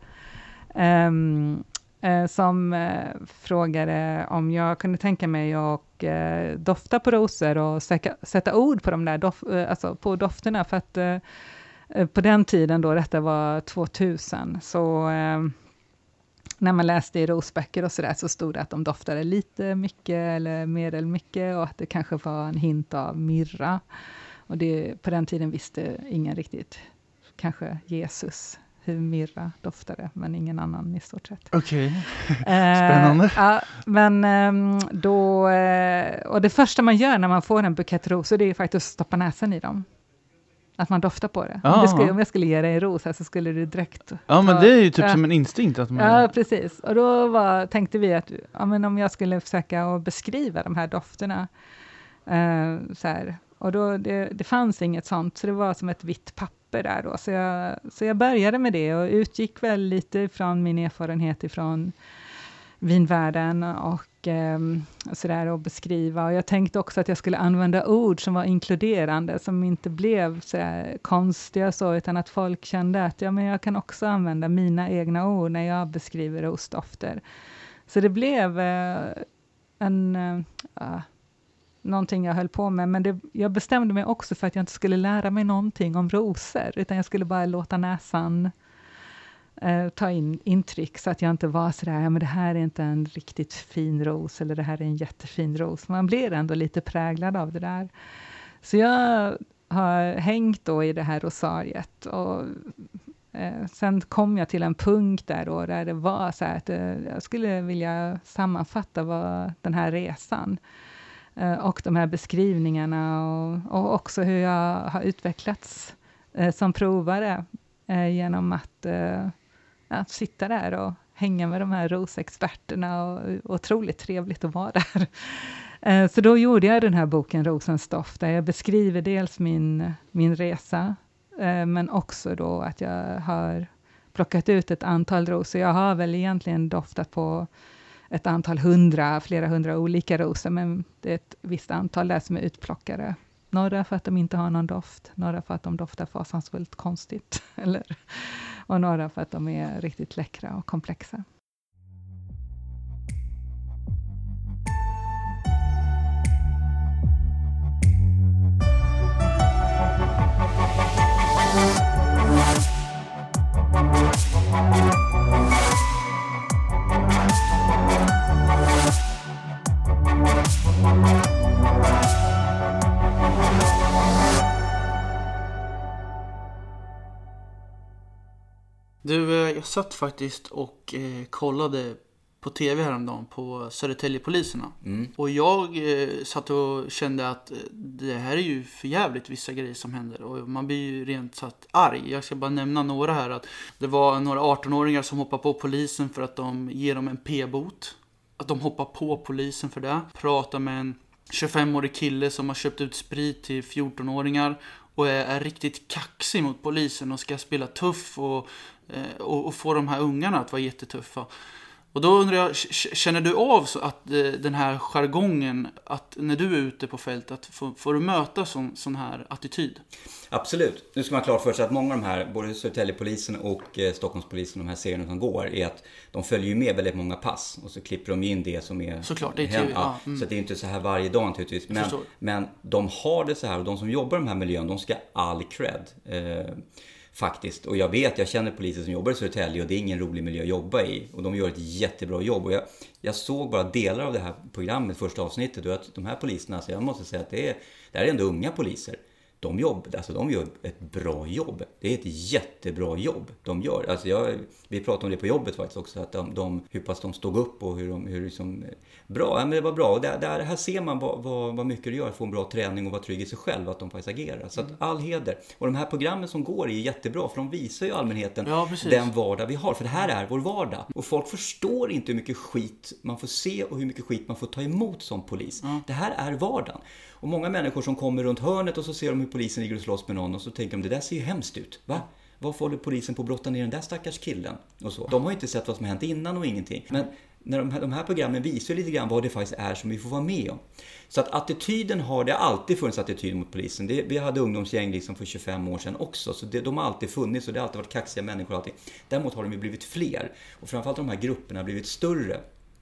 Um, Eh, som eh, frågade om jag kunde tänka mig att eh, dofta på rosor och säka, sätta ord på de där dof, eh, alltså på dofterna, för att eh, på den tiden då detta var tvåtusen, så eh, när man läste i rosböcker och sådär så stod det att de doftade lite mycket eller mer eller mycket, och att det kanske var en hint av myrra, och det, på den tiden visste ingen riktigt, kanske Jesus, hur myrra doftade, men ingen annan i stort sett. Okej, okay. Spännande. Uh, ja, men um, då, uh, och det första man gör när man får en bukett rosor, det är faktiskt att stoppa näsan i dem. Att man doftar på det. Om, det skulle, om jag skulle ge dig en ros här så skulle du direkt... Ja, ta, men det är ju typ uh, som en instinkt. Att man... Ja, precis. Och då var, tänkte vi att ja, men om jag skulle försöka att beskriva de här dofterna uh, så här. Och då, det, det fanns inget sånt, så det var som ett vitt papper där då. Så jag, så jag började med det och utgick väl lite från min erfarenhet ifrån vinvärlden och eh, sådär, och beskriva. Och jag tänkte också att jag skulle använda ord som var inkluderande, som inte blev så här konstiga så, utan att folk kände att ja, men jag kan också använda mina egna ord när jag beskriver rosdofter. Så det blev eh, en... Eh, någonting jag höll på med, men det, jag bestämde mig också för att jag inte skulle lära mig någonting om rosor, utan jag skulle bara låta näsan eh, ta in intryck så att jag inte var sådär, ja men det här är inte en riktigt fin ros eller det här är en jättefin ros. Man blir ändå lite präglad av det där. Så jag har hängt då i det här rosariet och eh, sen kom jag till en punkt där då där det var så här att eh, jag skulle vilja sammanfatta vad den här resan eh, och de här beskrivningarna och, och också hur jag har utvecklats eh, som provare eh, genom att, eh, att sitta där och hänga med de här rosexperterna och otroligt trevligt att vara där. Så då gjorde jag den här boken Rosens doft där jag beskriver dels min, min resa men också då att jag har plockat ut ett antal rosor. Jag har väl egentligen doftat på ett antal hundra, flera hundra olika rosor men det är ett visst antal där som är utplockade. Några för att de inte har någon doft, några för att de doftar fasansfullt konstigt eller, och några för att de är riktigt läckra och komplexa. Du, jag satt faktiskt och eh, kollade på tv häromdagen på Södertäljepoliserna. Mm. Och jag eh, satt och kände att eh, det här är ju för jävligt vissa grejer som händer. Och man blir ju rent satt arg. Jag ska bara nämna några här. Att det var några arton-åringar som hoppade på polisen för att de ger dem en p-bot. Att de hoppar på polisen för det. Pratar med en tjugofemårig kille som har köpt ut sprit till fjorton-åringar. Och är, är riktigt kaxig mot polisen och ska spela tuff och, eh, och, och få de här ungarna att vara jättetuffa. Och då undrar jag, känner du av så att eh, den här jargongen, att när du är ute på fält, att får, får du möta sån, sån här attityd? Absolut. Nu ska man klart för sig att många av de här, både Södertäljepolisen och eh, Stockholmspolisen, de här serierna som går, är att de följer ju med väldigt många pass. Och så klipper de in det som är... Såklart, det är hem, tv, ja, ja. Mm. Så det är inte så här varje dag naturligtvis. Men, men de har det så här, och de som jobbar i den här miljön, de ska all cred. Eh, Faktiskt. Och jag vet, jag känner poliser som jobbar i Södertälje och det är ingen rolig miljö att jobba i. Och de gör ett jättebra jobb. Och jag, jag såg bara delar av det här programmet, första avsnittet. Och att de här poliserna, så jag måste säga att det är, det är ändå unga poliser. De, jobb, alltså de gör ett bra jobb. Det är ett jättebra jobb de gör. Alltså jag, vi pratade om det på jobbet faktiskt också. Att de, de, hur pass de stod upp och hur de... Hur liksom, bra, ja, men det var bra. Och där, där, här ser man vad, vad, vad mycket det gör att få en bra träning och vara trygg i sig själv. Att de faktiskt agerar. Så att all heder. Och de här programmen som går är jättebra. För de visar ju allmänheten ja, den vardag vi har. För det här är vår vardag. Och folk förstår inte hur mycket skit man får se och hur mycket skit man får ta emot som polis. Ja. Det här är vardagen. Och många människor som kommer runt hörnet och så ser de hur polisen ligger och slåss med någon och så tänker de, det där ser ju hemskt ut, va? Varför håller polisen på att brotta ner den där stackars killen? Och så. De har ju inte sett vad som har hänt innan och ingenting. Men när de här, de här programmen visar lite grann vad det faktiskt är som vi får vara med om. Så att attityden har, det alltid funnits attityd mot polisen. Det, vi hade ungdomsgäng liksom för tjugofem år sedan också. Så det, de har alltid funnits och det har alltid varit kaxiga människor. Alltid. Däremot har de ju blivit fler. Och framförallt de här grupperna har blivit större.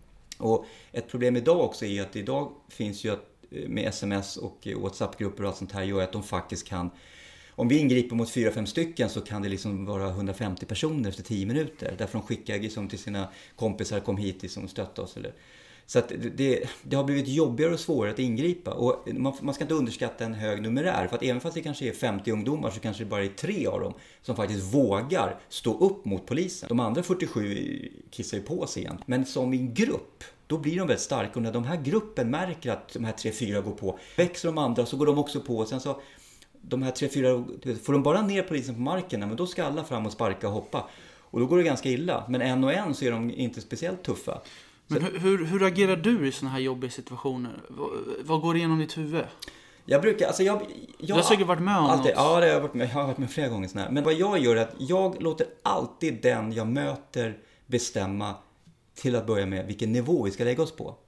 Och ett problem idag också är att idag finns ju att med sms och WhatsApp-grupper och allt sånt här gör att de faktiskt kan, om vi ingriper mot fyra fem stycken så kan det liksom vara hundrafemtio personer efter tio minuter. Därför de skickar liksom till sina kompisar, kom hit liksom och stötta oss. Eller. Så att det, det har blivit jobbigare och svårare att ingripa. Och man, man ska inte underskatta en hög numerär. För att även fast det kanske är femtio ungdomar så kanske det bara är tre av dem som faktiskt vågar stå upp mot polisen. De andra fyrtiosju kissar ju på sig igen. Men som en grupp, då blir de väldigt starka. Och när de här gruppen märker att de här tre, fyra går på, växer de andra så går de också på. Och sen så, de här tre, fyra, får de bara ner polisen på marken, men då ska alla fram och sparka och hoppa. Och då går det ganska illa. Men en och en så är de inte speciellt tuffa. Men hur, hur, hur agerar du i såna här jobbiga situationer? Vad, vad går igenom ditt huvud? Jag brukar, alltså jag... jag du har säkert varit med om alltid, något. Ja, det har jag varit med, jag har varit med flera gånger sån här. Men vad jag gör är att jag låter alltid den jag möter bestämma till att börja med vilken nivå vi ska lägga oss på.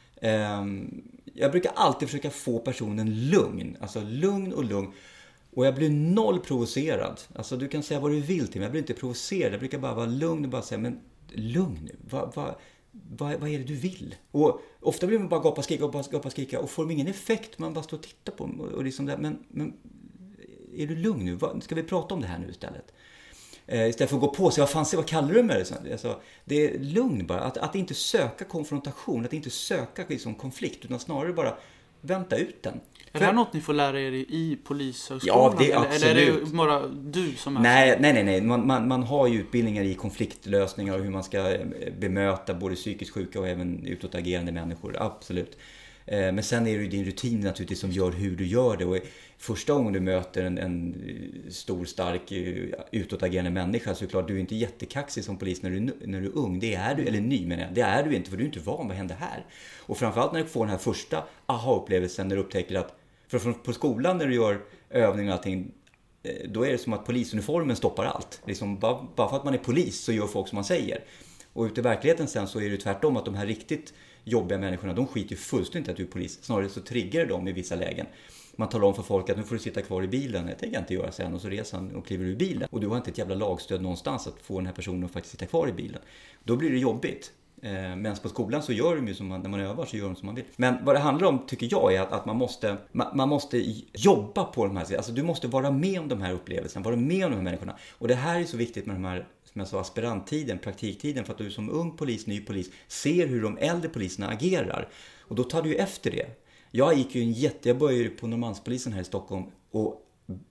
Um, jag brukar alltid försöka få personen lugn. Alltså lugn och lugn. Och jag blir noll provocerad. Alltså du kan säga vad du vill till mig. Jag blir inte provocerad. Jag brukar bara vara lugn och bara säga, men lugn nu. Vad... vad Vad, vad är det du vill? Och ofta blir man bara gapa skrika och gapa skrika och får de ingen effekt. Man bara står och tittar på dem och liksom där. Men, men är du lugn nu? Ska vi prata om det här nu istället? Eh, istället för att gå på sig, vad fan, vad kallar du med det? Alltså, det är lugn bara, att, att inte söka konfrontation, att inte söka liksom, konflikt, utan snarare bara vänta ut den. Är det här något ni får lära er i polishögskolan? Ja, det är eller, absolut. eller är det bara du som är nej, så? Nej, nej, nej. Man, man, man har ju utbildningar i konfliktlösningar och hur man ska bemöta både psykiskt sjuka och även utåtagerande människor. Absolut. Men sen är det ju din rutin naturligtvis som gör hur du gör det. Och första gången du möter en, en stor, stark, utåtagerande människa så är det klart du är inte jättekaxig som polis när du, när du är ung. Det är du, eller ny menar jag. Det är du inte, för du är inte van. Vad händer här? Och framförallt när du får den här första aha-upplevelsen när du upptäcker att för på skolan när du gör övningar och allting, då är det som att polisuniformen stoppar allt. Liksom bara, bara för att man är polis så gör folk som man säger. Och ute i verkligheten sen så är det tvärtom att de här riktigt jobbiga människorna, de skiter ju fullständigt att du är polis. Snarare så triggar de i vissa lägen. Man talar om för folk att nu får du sitta kvar i bilen. Det tänker jag inte göra sen. Och så reser han och kliver ur bilen. Och du har inte ett jävla lagstöd någonstans att få den här personen att faktiskt sitta kvar i bilen. Då blir det jobbigt. Eh, men på skolan så gör de ju som man, när man övar så gör de som man vill. Men vad det handlar om tycker jag är att, att man, måste, man, man måste jobba på de här. Alltså du måste vara med om de här upplevelserna. Vara med om de här människorna. Och det här är så viktigt med de här, som jag sa, aspiranttiden, praktiktiden. För att du som ung polis, ny polis ser hur de äldre poliserna agerar. Och då tar du ju efter det. Jag gick ju en jätte, jag började på Norrmalmspolisen här i Stockholm. Och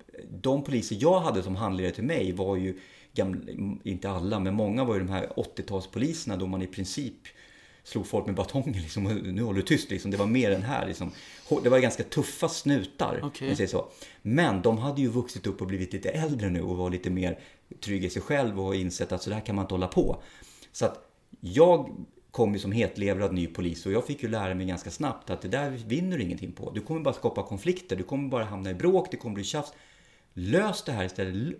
de poliser jag hade som handledare till mig var ju gamla, inte alla, men många var ju de här åttiotalspoliserna då man i princip slog folk med batonger liksom, nu håller du tyst liksom, det var mer än här liksom. Det var ganska tuffa snutar, okay. Man säger så. Men de hade ju vuxit upp och blivit lite äldre nu och var lite mer trygg i sig själv och insett att så där kan man inte hålla på. Så att jag kom ju som hetlevrad ny polis och jag fick ju lära mig ganska snabbt att det där vinner du ingenting på. Du kommer bara skapa konflikter, du kommer bara hamna i bråk, det kommer bli tjafs. Lös det här istället,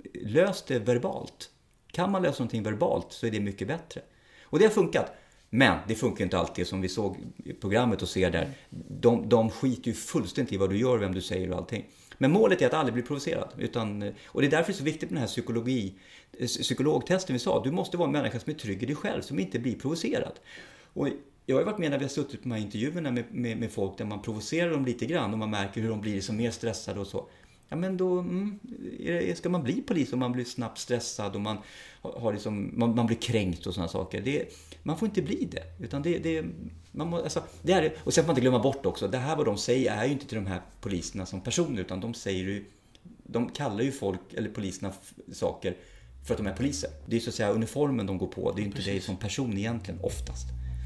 lös det verbalt. Kan man lösa någonting verbalt så är det mycket bättre. Och det har funkat. Men det funkar inte alltid, som vi såg i programmet och ser där. De, de skiter ju fullständigt i vad du gör, vem du säger och allting. Men målet är att aldrig bli provocerad. Utan, och det är därför det är så viktigt med den här psykologi, psykologtesten vi sa. Du måste vara en människa som är trygg i dig själv, som inte blir provocerad. Och jag har varit med när vi har suttit på de här intervjuerna med, med, med folk där man provocerar dem lite grann och man märker hur de blir som mer stressade och så. Ja, men då mm, ska man bli polis och man blir snabbt stressad och man, har liksom, man, man blir kränkt och sådana saker. Det, man får inte bli det. Utan det, det, man må, alltså, det är, och sen får man inte glömma bort också, det här vad de säger är ju inte till de här poliserna som personer, utan de säger ju, de kallar ju folk, eller poliserna saker för att de är poliser. Det är så att säga uniformen de går på, det är ju inte det som person egentligen oftast.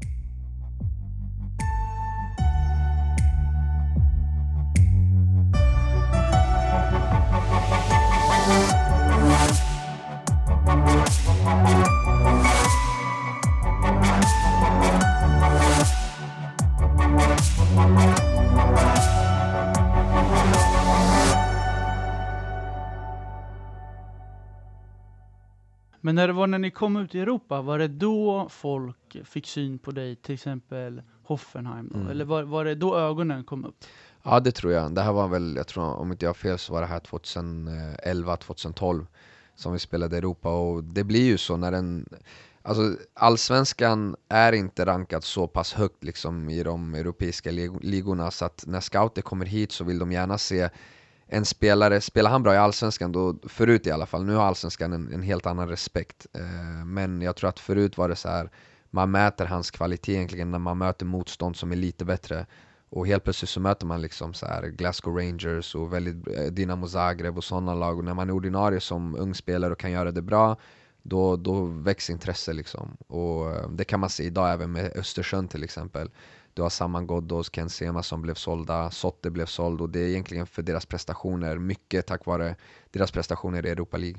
Men när det var när ni kom ut i Europa, var det då folk fick syn på dig, till exempel Hoffenheim? Mm. Eller var, var det då ögonen kom upp? Ja, det tror jag. Det här var väl, jag tror, om inte jag har fel så var det här tjugoelva tjugotolv som vi spelade i Europa. Och det blir ju så när den, alltså allsvenskan är inte rankad så pass högt liksom i de europeiska ligorna, så att när scouter kommer hit så vill de gärna se en spelare, spelar han bra i allsvenskan då, förut i alla fall, nu har allsvenskan en, en helt annan respekt, eh, men jag tror att förut var det så här, man mäter hans kvalitet egentligen när man möter motstånd som är lite bättre, och helt plötsligt så möter man liksom så här Glasgow Rangers och väldigt eh, Dinamo Zagreb och sådana lag, och när man är ordinarie som ung spelare och kan göra det bra, då, då växer intresse liksom, och eh, det kan man se idag även med Östersund till exempel. Du har Saman Ghoddos, Ken Sema som blev sålda, Sotte blev såld, och det är egentligen för deras prestationer, mycket tack vare deras prestationer i Europa League.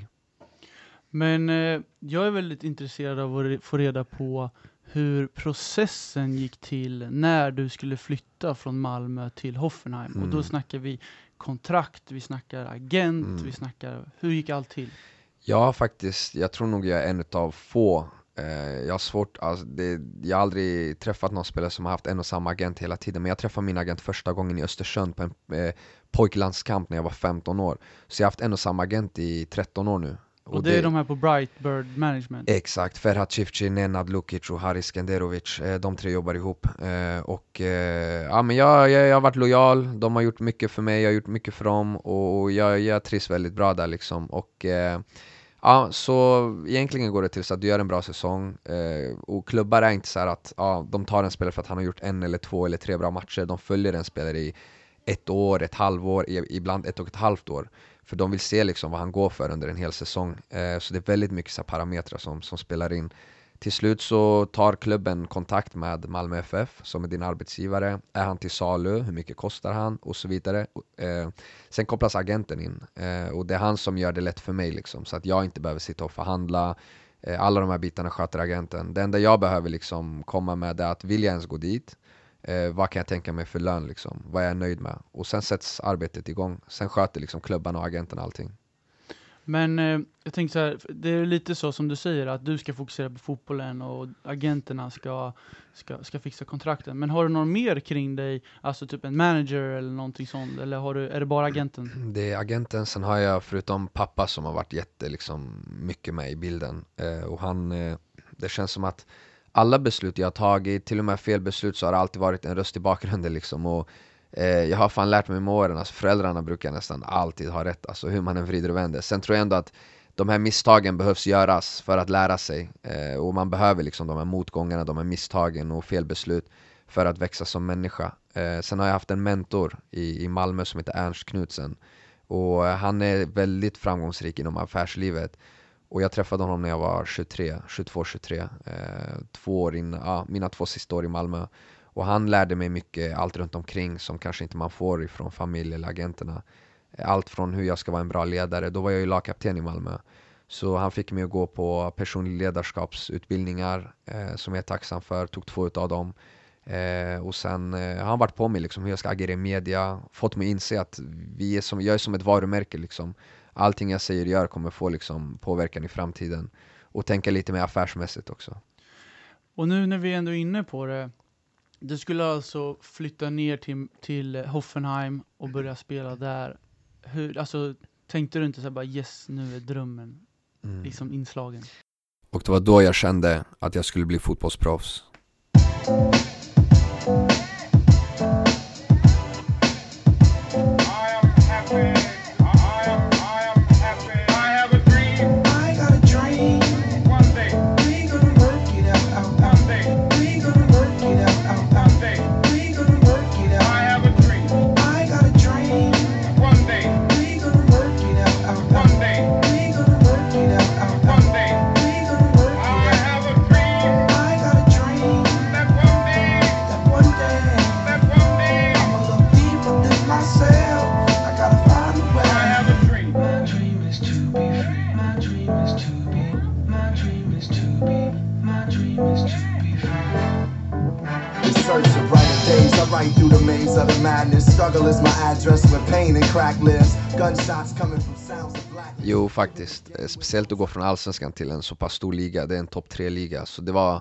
Men eh, jag är väldigt intresserad av att få reda på hur processen gick till när du skulle flytta från Malmö till Hoffenheim. Mm. Och då snackar vi kontrakt, vi snackar agent, mm. vi snackar, hur gick allt till? Ja, faktiskt, jag tror nog jag är en av få. Jag har svårt, alltså det, jag har aldrig träffat någon spelare som har haft en och samma agent hela tiden, men jag träffade min agent första gången i Östersund på en eh, pojklandskamp när jag var femton år, så jag har haft en och samma agent i tretton år nu. Och, och det, det är de här på Brightbird Management? Exakt, Ferhat Çiftçi, Nenad Lukic och Haris Skenderovic, eh, de tre jobbar ihop, eh, och eh, ja, men jag, jag, jag har varit lojal, de har gjort mycket för mig, jag har gjort mycket för dem, och jag, jag trivs väldigt bra där liksom, och eh, Ja, så egentligen går det till så att du gör en bra säsong eh, och klubbar är inte så här att ja, de tar en spelare för att han har gjort en eller två eller tre bra matcher. De följer en spelare i ett år, ett halvår, ibland ett och ett halvt år. För de vill se liksom vad han går för under en hel säsong. Eh, så det är väldigt mycket så här parametrar som, som spelar in. Till slut så tar klubben kontakt med Malmö F F som är din arbetsgivare. Är han till salu? Hur mycket kostar han? Och så vidare. Eh, sen kopplas agenten in. Eh, och det är han som gör det lätt för mig. Liksom, så att jag inte behöver sitta och förhandla. Eh, alla de här bitarna sköter agenten. Det enda jag behöver liksom komma med är att vill jag ens gå dit? Eh, vad kan jag tänka mig för lön? Liksom? Vad är jag nöjd med? Och sen sätts arbetet igång. Sen sköter liksom klubban och agenten allting. Men eh, jag tänker så här, det är lite så som du säger att du ska fokusera på fotbollen och agenterna ska, ska, ska fixa kontrakten. Men har du någon mer kring dig, alltså typ en manager eller någonting sånt, eller har du, är det bara agenten? Det är agenten, sen har jag förutom pappa som har varit jätte liksom, mycket med i bilden. Eh, och han, eh, det känns som att alla beslut jag har tagit, till och med fel beslut, så har det alltid varit en röst i bakgrunden liksom. Och jag har fan lärt mig med åren, alltså föräldrarna brukar nästan alltid ha rätt, alltså hur man än vrider och vänder. Sen tror jag ändå att de här misstagen behövs göras för att lära sig, eh, och man behöver liksom de här motgångarna, de här misstagen och felbeslut för att växa som människa. Eh, sen har jag haft en mentor i, i Malmö som heter Ernst Knudsen, och han är väldigt framgångsrik inom affärslivet. Och jag träffade honom när jag var tjugotre, tjugotvå tjugotre, eh, två år in, ja, mina två sista år i Malmö. Och han lärde mig mycket, allt runt omkring som kanske inte man får ifrån familj eller agenterna. Allt från hur jag ska vara en bra ledare. Då var jag ju lagkapten i Malmö. Så han fick mig att gå på personlig ledarskapsutbildningar eh, som jag är tacksam för. Tog två av dem. Eh, och sen eh, har han varit på mig liksom, hur jag ska agera i media. Fått mig inse att vi är som, jag är som ett varumärke. Liksom. Allting jag säger och gör kommer få liksom, påverkan i framtiden. Och tänka lite mer affärsmässigt också. Och nu när vi ändå är inne på det. Du skulle alltså flytta ner till, till Hoffenheim och börja spela där. Hur, alltså, tänkte du inte så här bara yes, nu är drömmen mm. liksom inslagen? Och det var då jag kände att jag skulle bli fotbollsproffs. Jo, faktiskt. Speciellt att gå från Allsvenskan till en så pass stor liga. Det är en topp tre-liga. Så det var,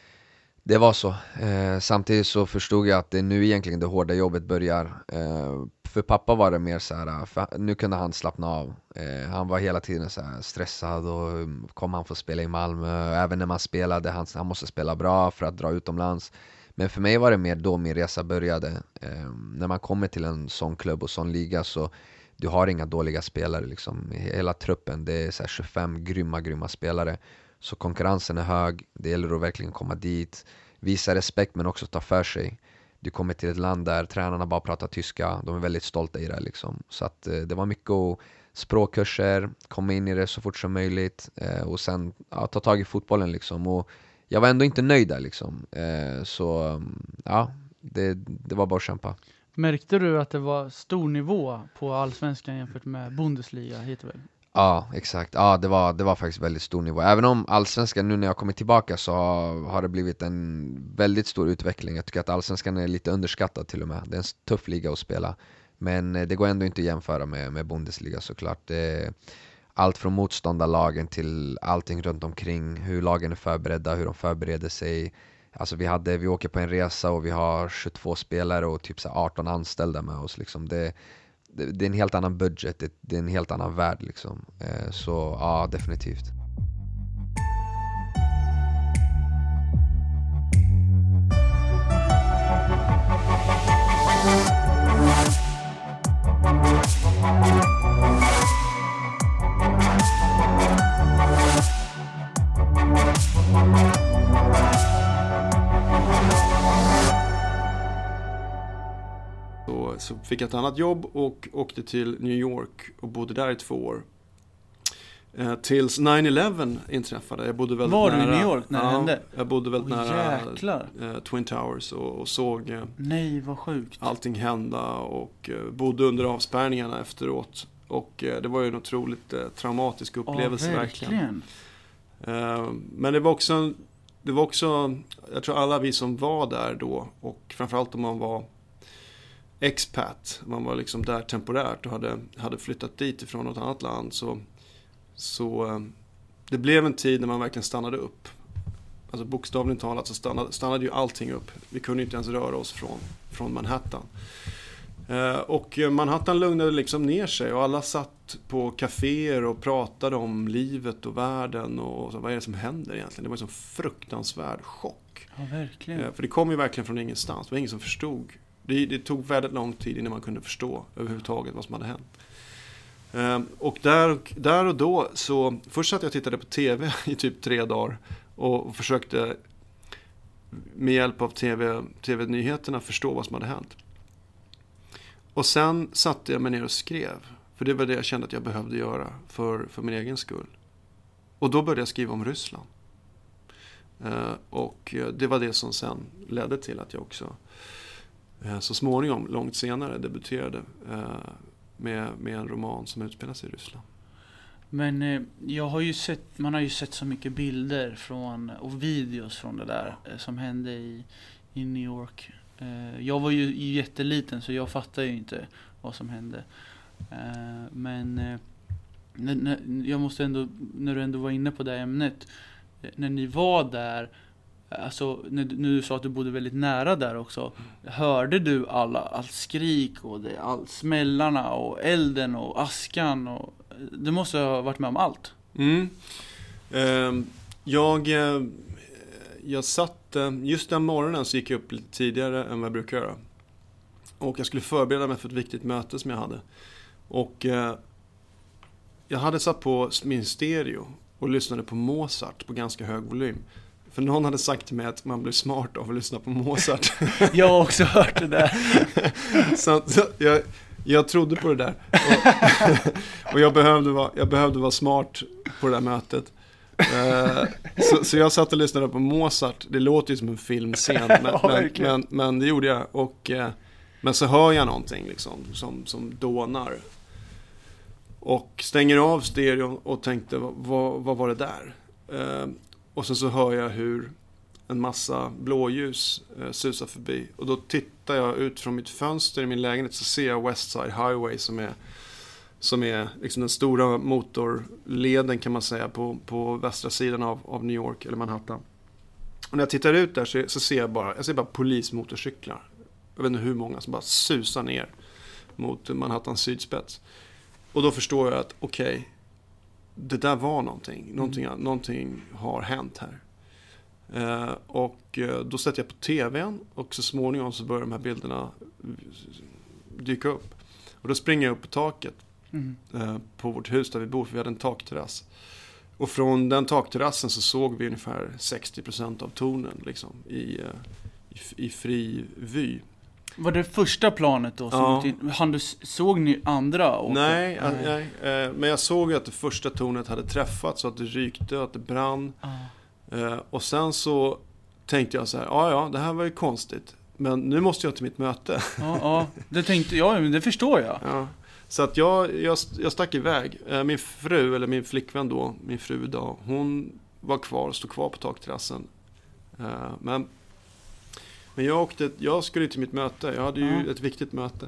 det var så. Eh, samtidigt så förstod jag att det är nu egentligen det hårda jobbet börjar. Eh, för pappa var det mer så här, för nu kunde han slappna av. Eh, han var hela tiden så här stressad och kom han få spela i Malmö. Även när man spelade, han, han måste spela bra för att dra utomlands. Men för mig var det mer då min resa började. Eh, när man kommer till en sån klubb och sån liga så du har inga dåliga spelare liksom. Hela truppen, det är så här tjugofem grymma, grymma spelare. Så konkurrensen är hög, det gäller att verkligen komma dit. Visa respekt men också ta för sig. Du kommer till ett land där tränarna bara pratar tyska. De är väldigt stolta i det liksom. Så att eh, det var mycket att språkkurser, komma in i det så fort som möjligt. Eh, och sen ja, ta tag i fotbollen liksom. Och jag var ändå inte nöjd där liksom. Eh, så ja, det, det var bara att kämpa. Märkte du att det var stor nivå på Allsvenskan jämfört med Bundesliga, heter väl? Ja, exakt. Ja, det var, det var faktiskt väldigt stor nivå. Även om Allsvenskan, nu när jag kommer tillbaka så har, har det blivit en väldigt stor utveckling. Jag tycker att Allsvenskan är lite underskattad till och med. Det är en tuff liga att spela. Men det går ändå inte att jämföra med, med Bundesliga såklart. Det är allt från motståndarlagen till allting runt omkring. Hur lagen är förberedda, hur de förbereder sig. Alltså vi, hade, vi åker på en resa och vi har tjugotvå spelare och typ så arton anställda med oss. Liksom. Det, det, det är en helt annan budget, det, det är en helt annan värld. Liksom. Eh, så ja, definitivt. så fick jag ett annat jobb och åkte till New York och bodde där i två år. Eh, tills nine eleven inträffade. Jag bodde väldigt Var nära. du i New York när det ja, hände? Jag bodde väldigt Åh, nära jäklar. eh, Twin Towers och, och såg eh, Nej, vad sjukt. allting hända och eh, bodde under avspärrningarna efteråt. Och eh, det var ju en otroligt eh, traumatisk upplevelse. Ja, verkligen. verkligen. Eh, men det var också, det var också, jag tror alla vi som var där då, och framförallt om man var expat, man var liksom där temporärt och hade, hade flyttat dit ifrån något annat land, så, så eh, det blev en tid när man verkligen stannade upp. Alltså bokstavligt talat så stannade, stannade ju allting upp. Vi kunde inte ens röra oss från, från Manhattan. Eh, och Manhattan lugnade liksom ner sig och alla satt på kaféer och pratade om livet och världen och så, vad är det som händer egentligen? Det var en sån fruktansvärd chock. Ja, verkligen. Eh, för det kom ju verkligen från ingenstans. Det var ingen som förstod. Det, det tog väldigt lång tid innan man kunde förstå överhuvudtaget vad som hade hänt. Eh, och där, där och då så, först satt jag och tittade på tv i typ tre dagar och, och försökte med hjälp av tv, tv-nyheterna förstå vad som hade hänt. Och sen satte jag mig ner och skrev. För det var det jag kände att jag behövde göra för, för min egen skull. Och då började jag skriva om Ryssland. Eh, och det var det som sen ledde till att jag också eh, så småningom, långt senare, debuterade eh, med, med en roman som utspelar sig i Ryssland. Men eh, jag har ju sett, man har ju sett så mycket bilder från, och videos från det där eh, som hände i, i New York. Eh, jag var ju jätteliten så jag fattar ju inte vad som hände. Eh, men eh, när, när, jag måste ändå, när du ändå var inne på det ämnet, eh, när ni var där, alltså när, när du sa att du bodde väldigt nära där också, hörde du alla, allt skrik och det, all smällarna och elden och askan och du måste ha varit med om allt. Mm. Eh, jag eh, jag satt eh, just den morgonen så gick jag upp lite tidigare än vad jag brukar göra. Och jag skulle förbereda mig för ett viktigt möte som jag hade. Och eh, jag hade satt på min stereo och lyssnade på Mozart på ganska hög volym. För någon hade sagt till mig att man blir smart av att lyssna på Mozart. Jag har också hört det där. så, så jag, jag trodde på det där. Och, och jag, behövde vara, jag behövde vara smart på det där mötet. Uh, så, så jag satt och lyssnade på Mozart. Det låter ju som en filmscen. Men, ja, men, men, men det gjorde jag. Och, uh, men så hör jag någonting liksom, som, som dånar. Och stänger av stereon och tänkte, vad, vad var det där? Uh, och sen så hör jag hur en massa blåljus uh, susar förbi. Och då tittar jag ut från mitt fönster i min lägenhet, så ser jag West Side Highway som är som är liksom den stora motorleden kan man säga på, på västra sidan av, av New York eller Manhattan. Och när jag tittar ut där så, så ser jag bara, jag ser bara polismotorcyklar. Jag vet inte hur många som bara susar ner mot Manhattans sydspets. Och då förstår jag att okej, okay, det där var någonting. Någonting, mm. någonting har hänt här. Eh, och eh, då sätter jag på tvn och så småningom så börjar de här bilderna dyka upp. Och då springer jag upp på taket. Mm. På vårt hus där vi bor, för vi hade en takterrass. Och från den takterrassen så såg vi ungefär sextio procent av tornen liksom, i, i, i fri vy. Var det första planet då? Som ja. till, han, du, såg ni andra? Och nej, nej. nej, men jag såg att det första tornet hade träffat, så att det rykte, att det brann. Ah. Och sen så tänkte jag så här, ja ja, det här var ju konstigt. Men nu måste jag till mitt möte. Ja, ja. Det tänkte jag, men det förstår jag. Ja. Så att jag, jag, jag stack iväg. Min fru, eller min flickvän då, min fru idag, hon var kvar och stod kvar på takterrassen. Men, men jag åkte, jag skulle till mitt möte. Jag hade ju ja. ett viktigt möte.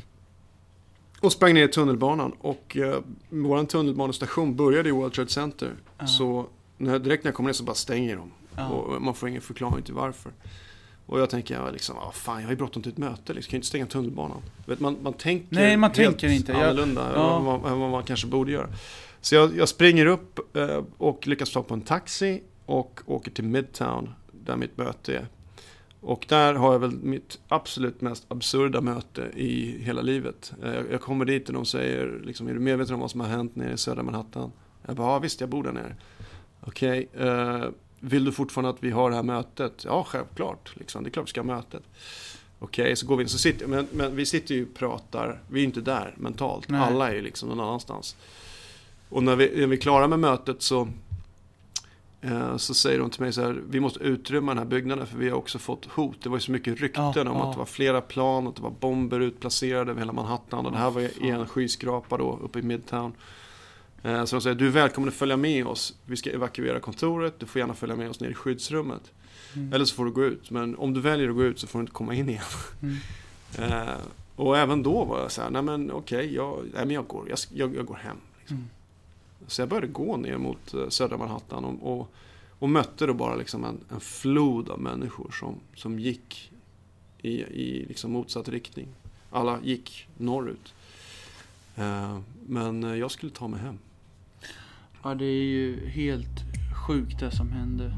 Och sprang ner i tunnelbanan. Och uh, vår tunnelbanestation började i World Trade Center. Ja. Så när, direkt när jag kommer ner så bara stänger de. Ja. Och man får ingen förklaring till varför. Och jag tänker, jag liksom, ah, fan, jag har ju bråttom till ett möte. Liksom. Kan ju inte stänga tunnelbanan. Vet, man, man tänker Nej, man helt tänker inte. annorlunda jag, ja. än vad, vad, vad man kanske borde göra. Så jag, jag springer upp eh, och lyckas ta på en taxi och åker till Midtown där mitt möte är. Och där har jag väl mitt absolut mest absurda möte i hela livet. Eh, jag kommer dit och de säger, liksom, är du medveten om vad som har hänt nere i södra Manhattan? Jag bara, ja visst, jag bor där nere. Okej, okay, eh, vill du fortfarande att vi har det här mötet? Ja, självklart. Liksom. Det är klart vi ska ha mötet. Okej, okay, så går vi in, så sitter, men, men vi sitter ju och pratar, vi är inte där mentalt. Nej. Alla är ju liksom någon annanstans. Och när vi, när vi är klara med mötet så, eh, så säger de till mig så här, vi måste utrymma den här byggnaden för vi har också fått hot. Det var ju så mycket rykten ja, om ja. att det var flera plan, att det var bomber utplacerade över hela Manhattan. Och det här var i en skyskrapa då uppe i Midtown. Eh, så de säger, du är välkommen att följa med oss. Vi ska evakuera kontoret, du får gärna följa med oss ner i skyddsrummet. Mm. Eller så får du gå ut. Men om du väljer att gå ut så får du inte komma in igen. Mm. eh, och även då var jag så här, nej men okej, okay, jag, nej, men jag, går, jag, jag, jag går hem. Liksom. Mm. Så jag började gå ner mot uh, södra Manhattan och, och, och mötte då bara liksom en, en flod av människor som, som gick i, i liksom motsatt riktning. Alla gick norrut. Uh, men uh, jag skulle ta mig hem. Ja, det är ju helt sjukt det som hände.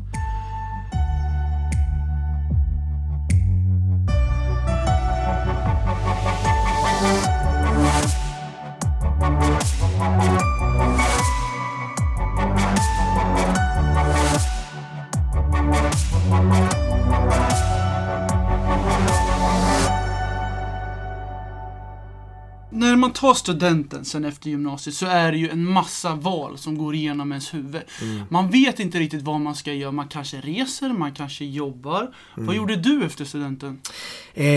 När man tar studenten sen efter gymnasiet så är det ju en massa val som går igenom ens huvud. Mm. Man vet inte riktigt vad man ska göra. Man kanske reser, man kanske jobbar. Mm. Vad gjorde du efter studenten? Eh,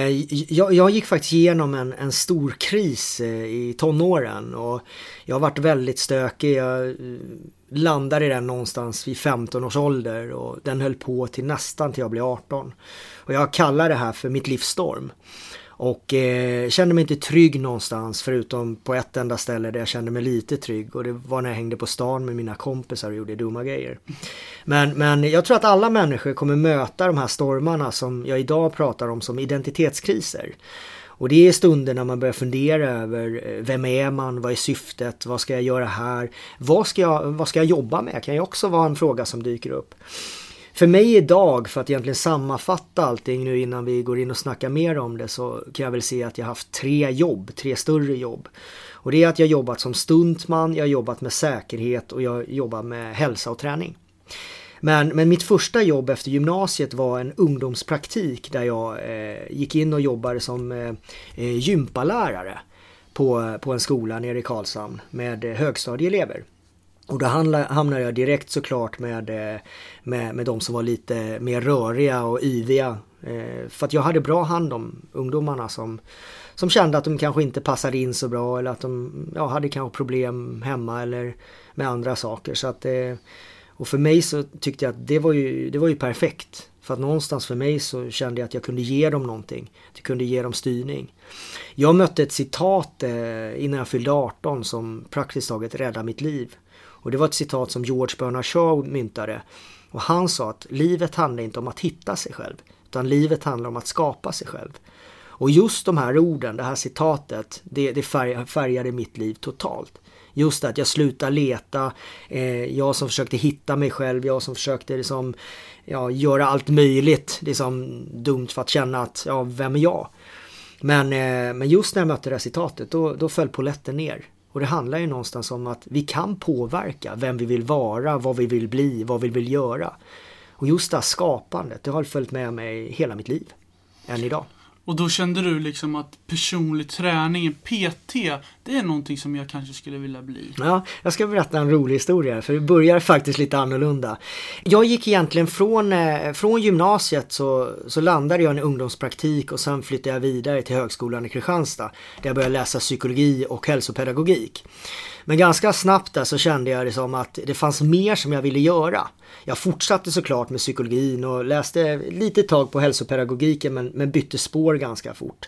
jag, jag gick faktiskt igenom en, en stor kris eh, i tonåren. Och jag har varit väldigt stökig. Jag eh, landade i den någonstans vid femton års ålder. Och den höll på till nästan till jag blev arton. Och jag kallar det här för mitt livsstorm. Och eh, kände mig inte trygg någonstans förutom på ett enda ställe där jag kände mig lite trygg. Och det var när jag hängde på stan med mina kompisar och gjorde dumma grejer. Men, men jag tror att alla människor kommer möta de här stormarna som jag idag pratar om som identitetskriser. Och det är stunder när man börjar fundera över vem är man, vad är syftet, vad ska jag göra här, vad ska jag, vad ska jag jobba med, kan ju också vara en fråga som dyker upp. För mig idag, för att egentligen sammanfatta allting nu innan vi går in och snackar mer om det, så kan jag väl se att jag har haft tre jobb, tre större jobb. Och det är att jag har jobbat som stuntman, jag har jobbat med säkerhet och jag jobbar med hälsa och träning. Men, men mitt första jobb efter gymnasiet var en ungdomspraktik där jag eh, gick in och jobbade som eh, gympalärare på, på en skola nere i Karlshamn med eh, högstadieelever. Och då hamnade jag direkt såklart med, med, med de som var lite mer röriga och yviga. För att jag hade bra hand om ungdomarna som, som kände att de kanske inte passade in så bra. Eller att de ja, hade kanske problem hemma eller med andra saker. Så att, och för mig så tyckte jag att det var ju, det var ju perfekt. För att någonstans för mig så kände jag att jag kunde ge dem någonting. Jag kunde ge dem styrning. Jag mötte ett citat innan jag fyllde arton som praktiskt taget räddade mitt liv. Och det var ett citat som George Bernard Shaw myntade. Och han sa att livet handlar inte om att hitta sig själv. Utan livet handlar om att skapa sig själv. Och just de här orden, det här citatet, det, det färgade mitt liv totalt. Just att jag slutade leta. Eh, jag som försökte hitta mig själv. Jag som försökte liksom, ja, göra allt möjligt. Det är som dumt för att känna att, ja, vem är jag? Men, eh, men just när jag mötte det här citatet, då, då föll polletten ner. Och det handlar ju någonstans om att vi kan påverka vem vi vill vara, vad vi vill bli, vad vi vill göra. Och just det här skapandet, det har följt med mig hela mitt liv, än idag. Och då kände du liksom att personlig träning, P T, det är någonting som jag kanske skulle vilja bli? Ja, jag ska berätta en rolig historia, för det börjar faktiskt lite annorlunda. Jag gick egentligen från, från gymnasiet så, så landade jag i en ungdomspraktik och sen flyttade jag vidare till högskolan i Kristianstad där jag började läsa psykologi och hälsopedagogik. Men ganska snabbt där så kände jag det som att det fanns mer som jag ville göra. Jag fortsatte såklart med psykologin och läste lite tag på hälsopedagogiken men, men bytte spår ganska fort.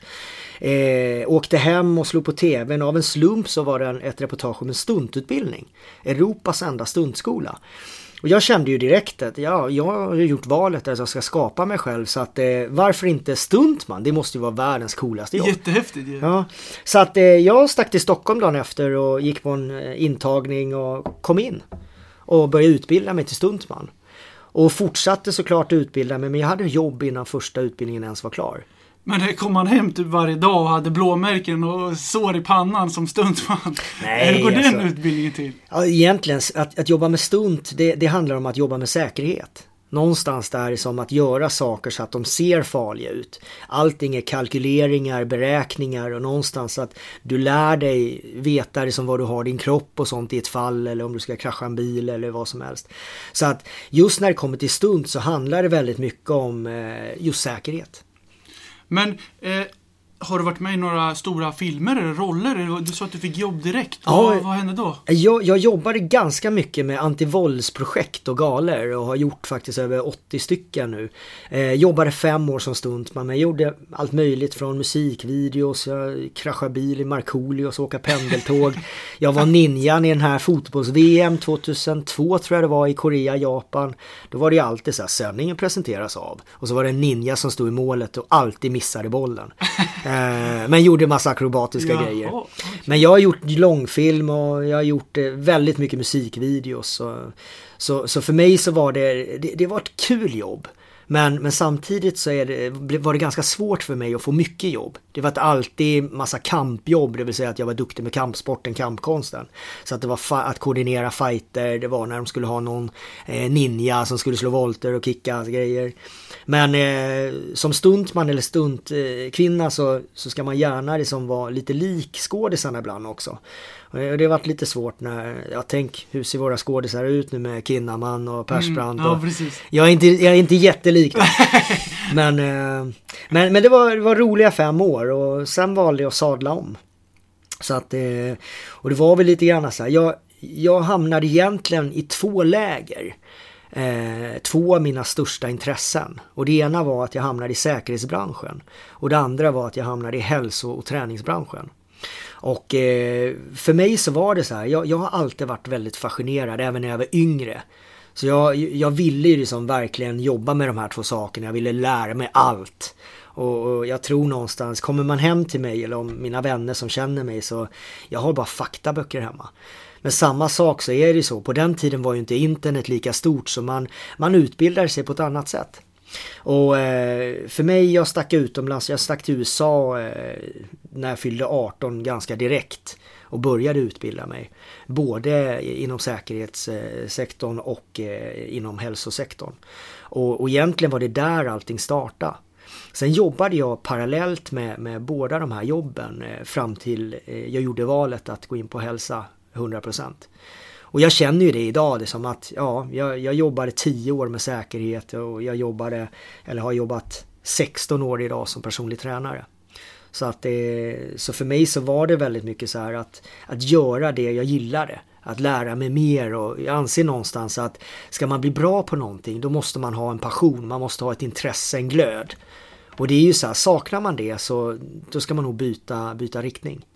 Eh, åkte hem och slog på tvn. Av en slump så var det en, ett reportage om en stuntutbildning. Europas enda stuntskola. Och jag kände ju direkt att ja, jag har gjort valet att jag ska skapa mig själv. Så att eh, varför inte stuntman? Det måste ju vara världens coolaste jobb. Jättehäftigt. Ja. Ja, så att eh, jag stack till Stockholm dagen efter och gick på en eh, intagning och kom in. Och började utbilda mig till stuntman. Och fortsatte såklart utbilda mig, men jag hade jobb innan första utbildningen ens var klar. Men det kom man hem typ varje dag och hade blåmärken och sår i pannan som stuntman. Nej, hur går alltså, den utbildningen till? Ja, egentligen, att, att jobba med stunt, det, det handlar om att jobba med säkerhet. Någonstans där som att göra saker så att de ser farliga ut. Allting är kalkyleringar, beräkningar och någonstans att du lär dig veta liksom vad du har din kropp och sånt i ett fall eller om du ska krascha en bil eller vad som helst. Så att just när det kommer till stunt så handlar det väldigt mycket om eh, just säkerhet. Men eh, har du varit med i några stora filmer eller roller? Du sa att du fick jobb direkt. Ja, vad, vad hände då? Jag, jag jobbade ganska mycket med antivåldsprojekt och galer och har gjort faktiskt över åttio stycken nu. Eh, jobbade fem år som stuntman, men jag gjorde allt möjligt från musikvideos, jag kraschade bil i Markoolio och så åka pendeltåg. Jag var ninjan i den här fotbolls-V M tjugohundratvå tror jag det var i Korea, Japan. Då var det ju alltid så här, sändningen presenteras av. Och så var det en ninja som stod i målet och alltid missade bollen. Men gjorde massa akrobatiska Jaha, grejer. Okay. Men jag har gjort långfilm och jag har gjort väldigt mycket musikvideos. Så, så, så för mig så var det, det, det var ett kul jobb. Men, men samtidigt så är det, var det ganska svårt för mig att få mycket jobb. Det var alltid massa kampjobb, det vill säga att jag var duktig med kampsporten, kampkonsten. Så att det var fa- att koordinera fighter, det var när de skulle ha någon eh, ninja som skulle slå volter och kicka grejer. Men eh, som stuntman eller stuntkvinna eh, så, så ska man gärna liksom vara lite lik skådisarna ibland också. Och det har varit lite svårt när, jag tänk hur ser våra skådisar ut nu med Kinnaman och Persbrandt. Mm, ja, precis. Jag är inte, jag är inte jättelik men, eh, men, men det var, det var roliga fem år och sen valde jag att sadla om. Så att, eh, och det var väl lite grann så här, jag, jag hamnade egentligen i två läger. Eh, två av mina största intressen. Och det ena var att jag hamnade i säkerhetsbranschen. Och det andra var att jag hamnade i hälso- och träningsbranschen. Och eh, för mig så var det så här, jag, jag har alltid varit väldigt fascinerad även när jag var yngre. Så jag, jag ville ju liksom verkligen jobba med de här två sakerna. Jag ville lära mig allt. Och, och jag tror någonstans, kommer man hem till mig eller om mina vänner som känner mig så jag har bara faktaböcker hemma. Men samma sak så är det så. På den tiden var ju inte internet lika stort så man, man utbildar sig på ett annat sätt. Och eh, för mig, jag stack utomlands, jag stack till U S A eh, när jag fyllde arton ganska direkt och började utbilda mig. Både inom säkerhetssektorn och eh, inom hälsosektorn. Och, och egentligen var det där allting startade. Sen jobbade jag parallellt med, med båda de här jobben eh, fram till eh, jag gjorde valet att gå in på hälsa hundra procent. Och jag känner ju det idag, det är som att ja, jag, jag jobbade tio år med säkerhet och jag jobbade, eller har jobbat sexton år idag som personlig tränare. Så, att det, så för mig så var det väldigt mycket så här att, att göra det jag gillade. Att lära mig mer och jag anser någonstans att ska man bli bra på någonting då måste man ha en passion, man måste ha ett intresse, en glöd. Och det är ju så här, saknar man det så då ska man nog byta, byta riktning.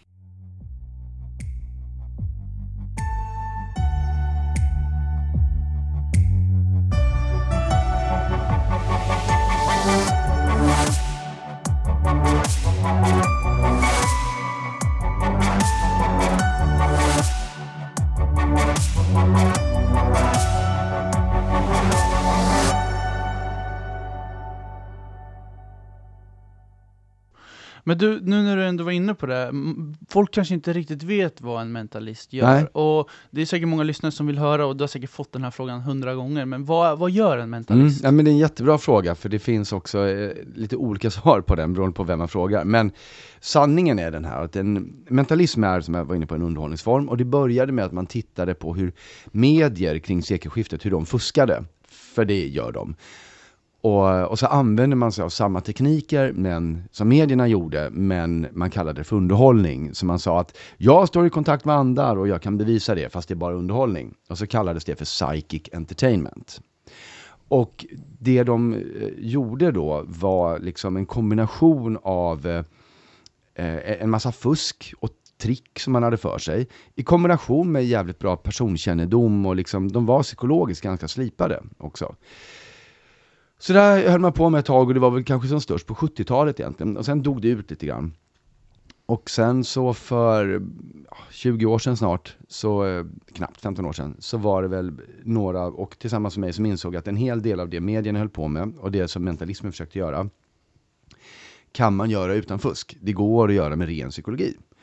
Men du, nu när du ändå var inne på det, folk kanske inte riktigt vet vad en mentalist gör. Nej. Och det är säkert många lyssnare som vill höra och du har säkert fått den här frågan hundra gånger. Men vad, vad gör en mentalist? Mm, ja, men det är en jättebra fråga för det finns också eh, lite olika svar på den beroende på vem man frågar. Men sanningen är den här att en mentalism är, som jag var inne på, en underhållningsform och det började med att man tittade på hur medier kring sekelskiftet, hur de fuskade. För det gör de. Och, och så använder man sig av samma tekniker men, som medierna gjorde, men man kallade det för underhållning. Så man sa att jag står i kontakt med andar och jag kan bevisa det fast det är bara underhållning. Och så kallades det för psychic entertainment. Och det de eh, gjorde då var liksom en kombination av eh, en massa fusk och trick som man hade för sig i kombination med jävligt bra personkännedom och liksom, de var psykologiskt ganska slipade också. Så där höll man på med ett tag och det var väl kanske som störst på sjuttiotalet egentligen. Och sen dog det ut lite grann. Och sen så för tjugo år sedan snart, så knappt femton år sedan, så var det väl några, och tillsammans med mig, som insåg att en hel del av det medierna höll på med och det som mentalismen försökte göra kan man göra utan fusk. Det går att göra med ren psykologi.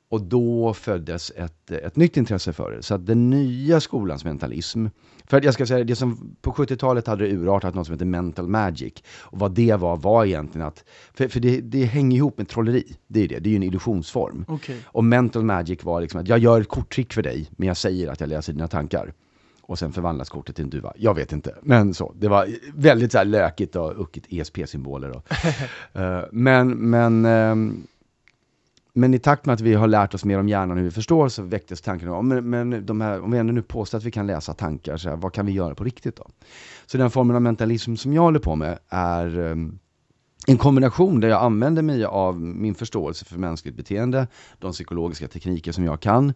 Och då föddes ett, ett nytt intresse för det. Så att den nya skolans mentalism, för att jag ska säga det som på sjuttiotalet hade det urartat något som heter mental magic. Och vad det var var egentligen att, för, för det, det hänger ihop med trolleri. Det är det, det är ju en illusionsform. Okay. Och mental magic var liksom att jag gör ett korttrick för dig, men jag säger att jag läser dina tankar. Och sen förvandlas kortet till en duva. Jag vet inte. Men så. Det var väldigt så här lökigt och uckigt E S P-symboler. Och, uh, men, men, um, men i takt med att vi har lärt oss mer om hjärnan och hur vi förstår så väcktes tanken om, men, men de här, om vi ändå nu påstår att vi kan läsa tankar, så här, vad kan vi göra på riktigt då? Så den formen av mentalism som jag håller på med är um, en kombination där jag använder mig av min förståelse för mänskligt beteende, de psykologiska tekniker som jag kan.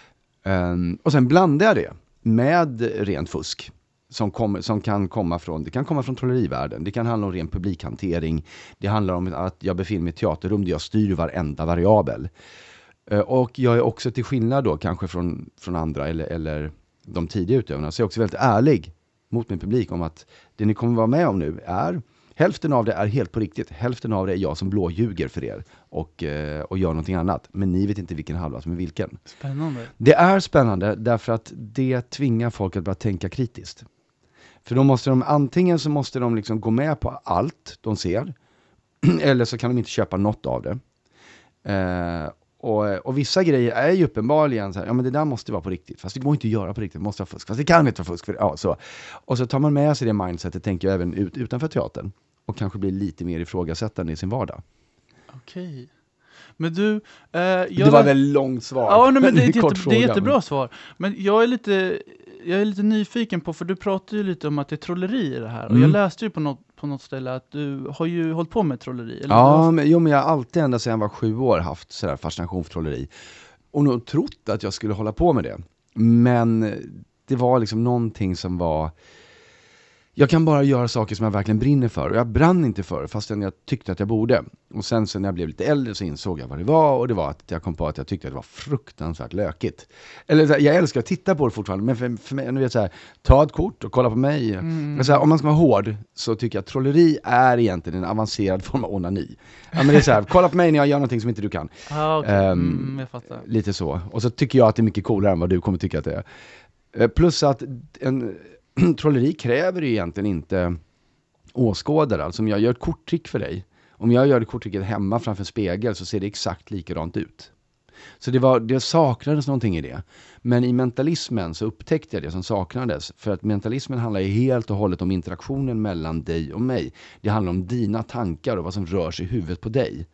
Um, och sen blandar jag det med rent fusk som, kom, som kan komma från, det kan komma från trollerivärlden, det kan handla om ren publikhantering, det handlar om att jag befinner mig i ett teaterrum där jag styr varenda variabel. Uh, och jag är också till skillnad då kanske från, från andra eller, eller de tidiga utövarna, så jag är också väldigt ärlig mot min publik om att det ni kommer vara med om nu är, hälften av det är helt på riktigt, hälften av det är jag som blåljuger för er och, uh, och gör någonting annat, men ni vet inte vilken halva som är vilken. Spännande. Det är spännande därför att det tvingar folk att börja tänka kritiskt. För då måste de, antingen så måste de liksom gå med på allt de ser, eller så kan de inte köpa något av det. Uh, och, och vissa grejer är ju uppenbarligen så här, ja men det där måste vara på riktigt, fast det går inte att göra på riktigt, det måste vara fusk, fast det kan inte vara fusk. För, ja, så. Och så tar man med sig det mindsetet, tänker jag även ut, utanför teatern, och kanske blir lite mer ifrågasättande i sin vardag. Okej. Okay. Men du... Eh, jag... Det var väl långt svar. Ja, nej, men det, är ett jätte, det är jättebra svar. Men jag är lite... Jag är lite nyfiken på, för du pratar ju lite om att det är trolleri i det här. Mm. Och jag läste ju på något, på något ställe att du har ju hållit på med trolleri. Eller ja, har... men, jo, men jag har alltid ända sedan jag var sju år haft sådär fascination för trolleri. Och nog trott att jag skulle hålla på med det. Men det var liksom någonting som var... Jag kan bara göra saker som jag verkligen brinner för. Och jag brann inte för, fastän jag tyckte att jag borde. Och sen så när jag blev lite äldre så insåg jag vad det var. Och det var att jag kom på att jag tyckte att det var fruktansvärt lökigt. Eller jag älskar att titta på det fortfarande. Men för, för mig, nu vet så här, ta ett kort och kolla på mig. Mm. Så här, om man ska vara hård så tycker jag att trolleri är egentligen en avancerad form av onani. Ja, men det är så här, kolla på mig när jag gör någonting som inte du kan. Ah, okay. um, mm, jag fattar. Lite så. Och så tycker jag att det är mycket coolare än vad du kommer tycka att det är. Plus att en... trolleri kräver ju egentligen inte åskådare. Alltså om jag gör ett korttrick för dig, om jag gör ett korttricket hemma framför en spegel så ser det exakt likadant ut. Så det, var, det saknades någonting i det. Men i mentalismen så upptäckte jag det som saknades. För att mentalismen handlar ju helt och hållet om interaktionen mellan dig och mig. Det handlar om dina tankar och vad som rör sig i huvudet på dig.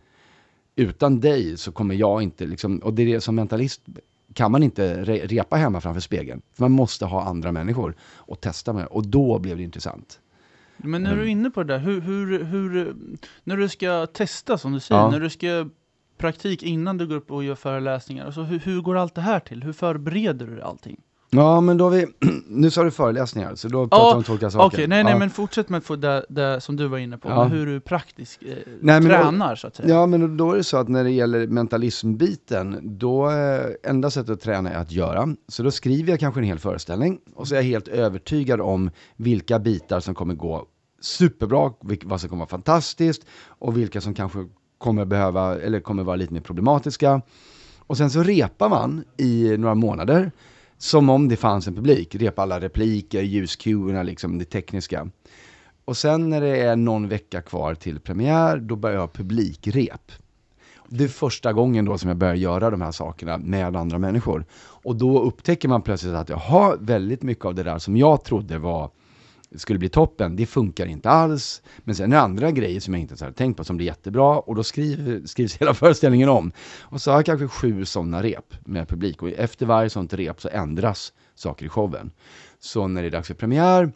Utan dig så kommer jag inte liksom, och det är det som mentalist kan man inte re- repa hemma framför spegeln. För man måste ha andra människor och testa med. Och då blev det intressant. Men när du är inne på det där, hur, hur, hur, när du ska testa som du säger, ja. när du ska praktik innan du går upp och gör föreläsningar, alltså hur, hur går allt det här till? Hur förbereder du allting? Ja, men då har vi, nu sa du föreläsningar, så då pratar vi ja, om två olika saker. Okej, okay, nej, nej, ja. men fortsätt med få det, det som du var inne på, ja. hur du praktiskt eh, nej, tränar då, så att säga. Ja, men då är det så att när det gäller mentalismbiten, då är enda sättet att träna är att göra. Så då skriver jag kanske en hel föreställning, och så är jag helt övertygad om vilka bitar som kommer gå superbra, vad som kommer vara fantastiskt, och vilka som kanske kommer behöva, eller kommer vara lite mer problematiska. Och sen så repar man i några månader, som om det fanns en publik. Repa alla repliker, ljuscuerna, liksom det tekniska. Och sen när det är någon vecka kvar till premiär, då börjar jag publikrep. Det är första gången då som jag börjar göra de här sakerna med andra människor. Och då upptäcker man plötsligt att jag har väldigt mycket av det där som jag trodde var skulle bli toppen. Det funkar inte alls. Men sen är det andra grejer som jag inte hade tänkt på som blir jättebra. Och då skriver, skrivs hela föreställningen om. Och så har jag kanske sju sådana rep med publik. Och efter varje sånt rep så ändras saker i showen. Så när det är dags för premiär,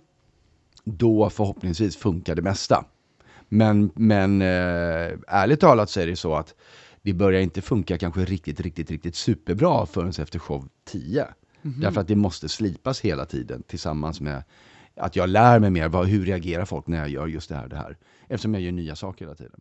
då förhoppningsvis funkar det mesta. Men, men eh, ärligt talat så är det så att det börjar inte funka kanske riktigt, riktigt, riktigt superbra förrän efter show tio. Mm-hmm. Därför att det måste slipas hela tiden tillsammans med att jag lär mig mer vad, hur reagerar folk när jag gör just det här, det här. Eftersom jag gör nya saker hela tiden.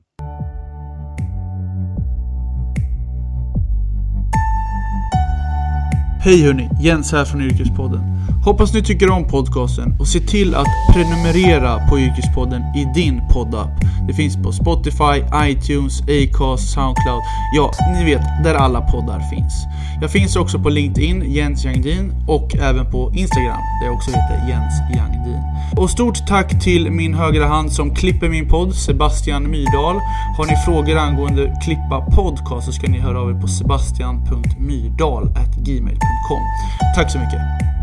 Hej hörni, Jens här från Yrkespodden. Hoppas ni tycker om podcasten och se till att prenumerera på Yrkespodden i din poddapp. Det finns på Spotify, iTunes, Acast, Soundcloud. Ja, ni vet, där alla poddar finns. Jag finns också på LinkedIn, Jens Jangdin, och även på Instagram, där jag också heter Jens Jangdin. Och stort tack till min högra hand som klipper min podd, Sebastian Myrdal. Har ni frågor angående klippa podcast så ska ni höra av er på sebastian punkt myrdal at gmail punkt com. Tack så mycket.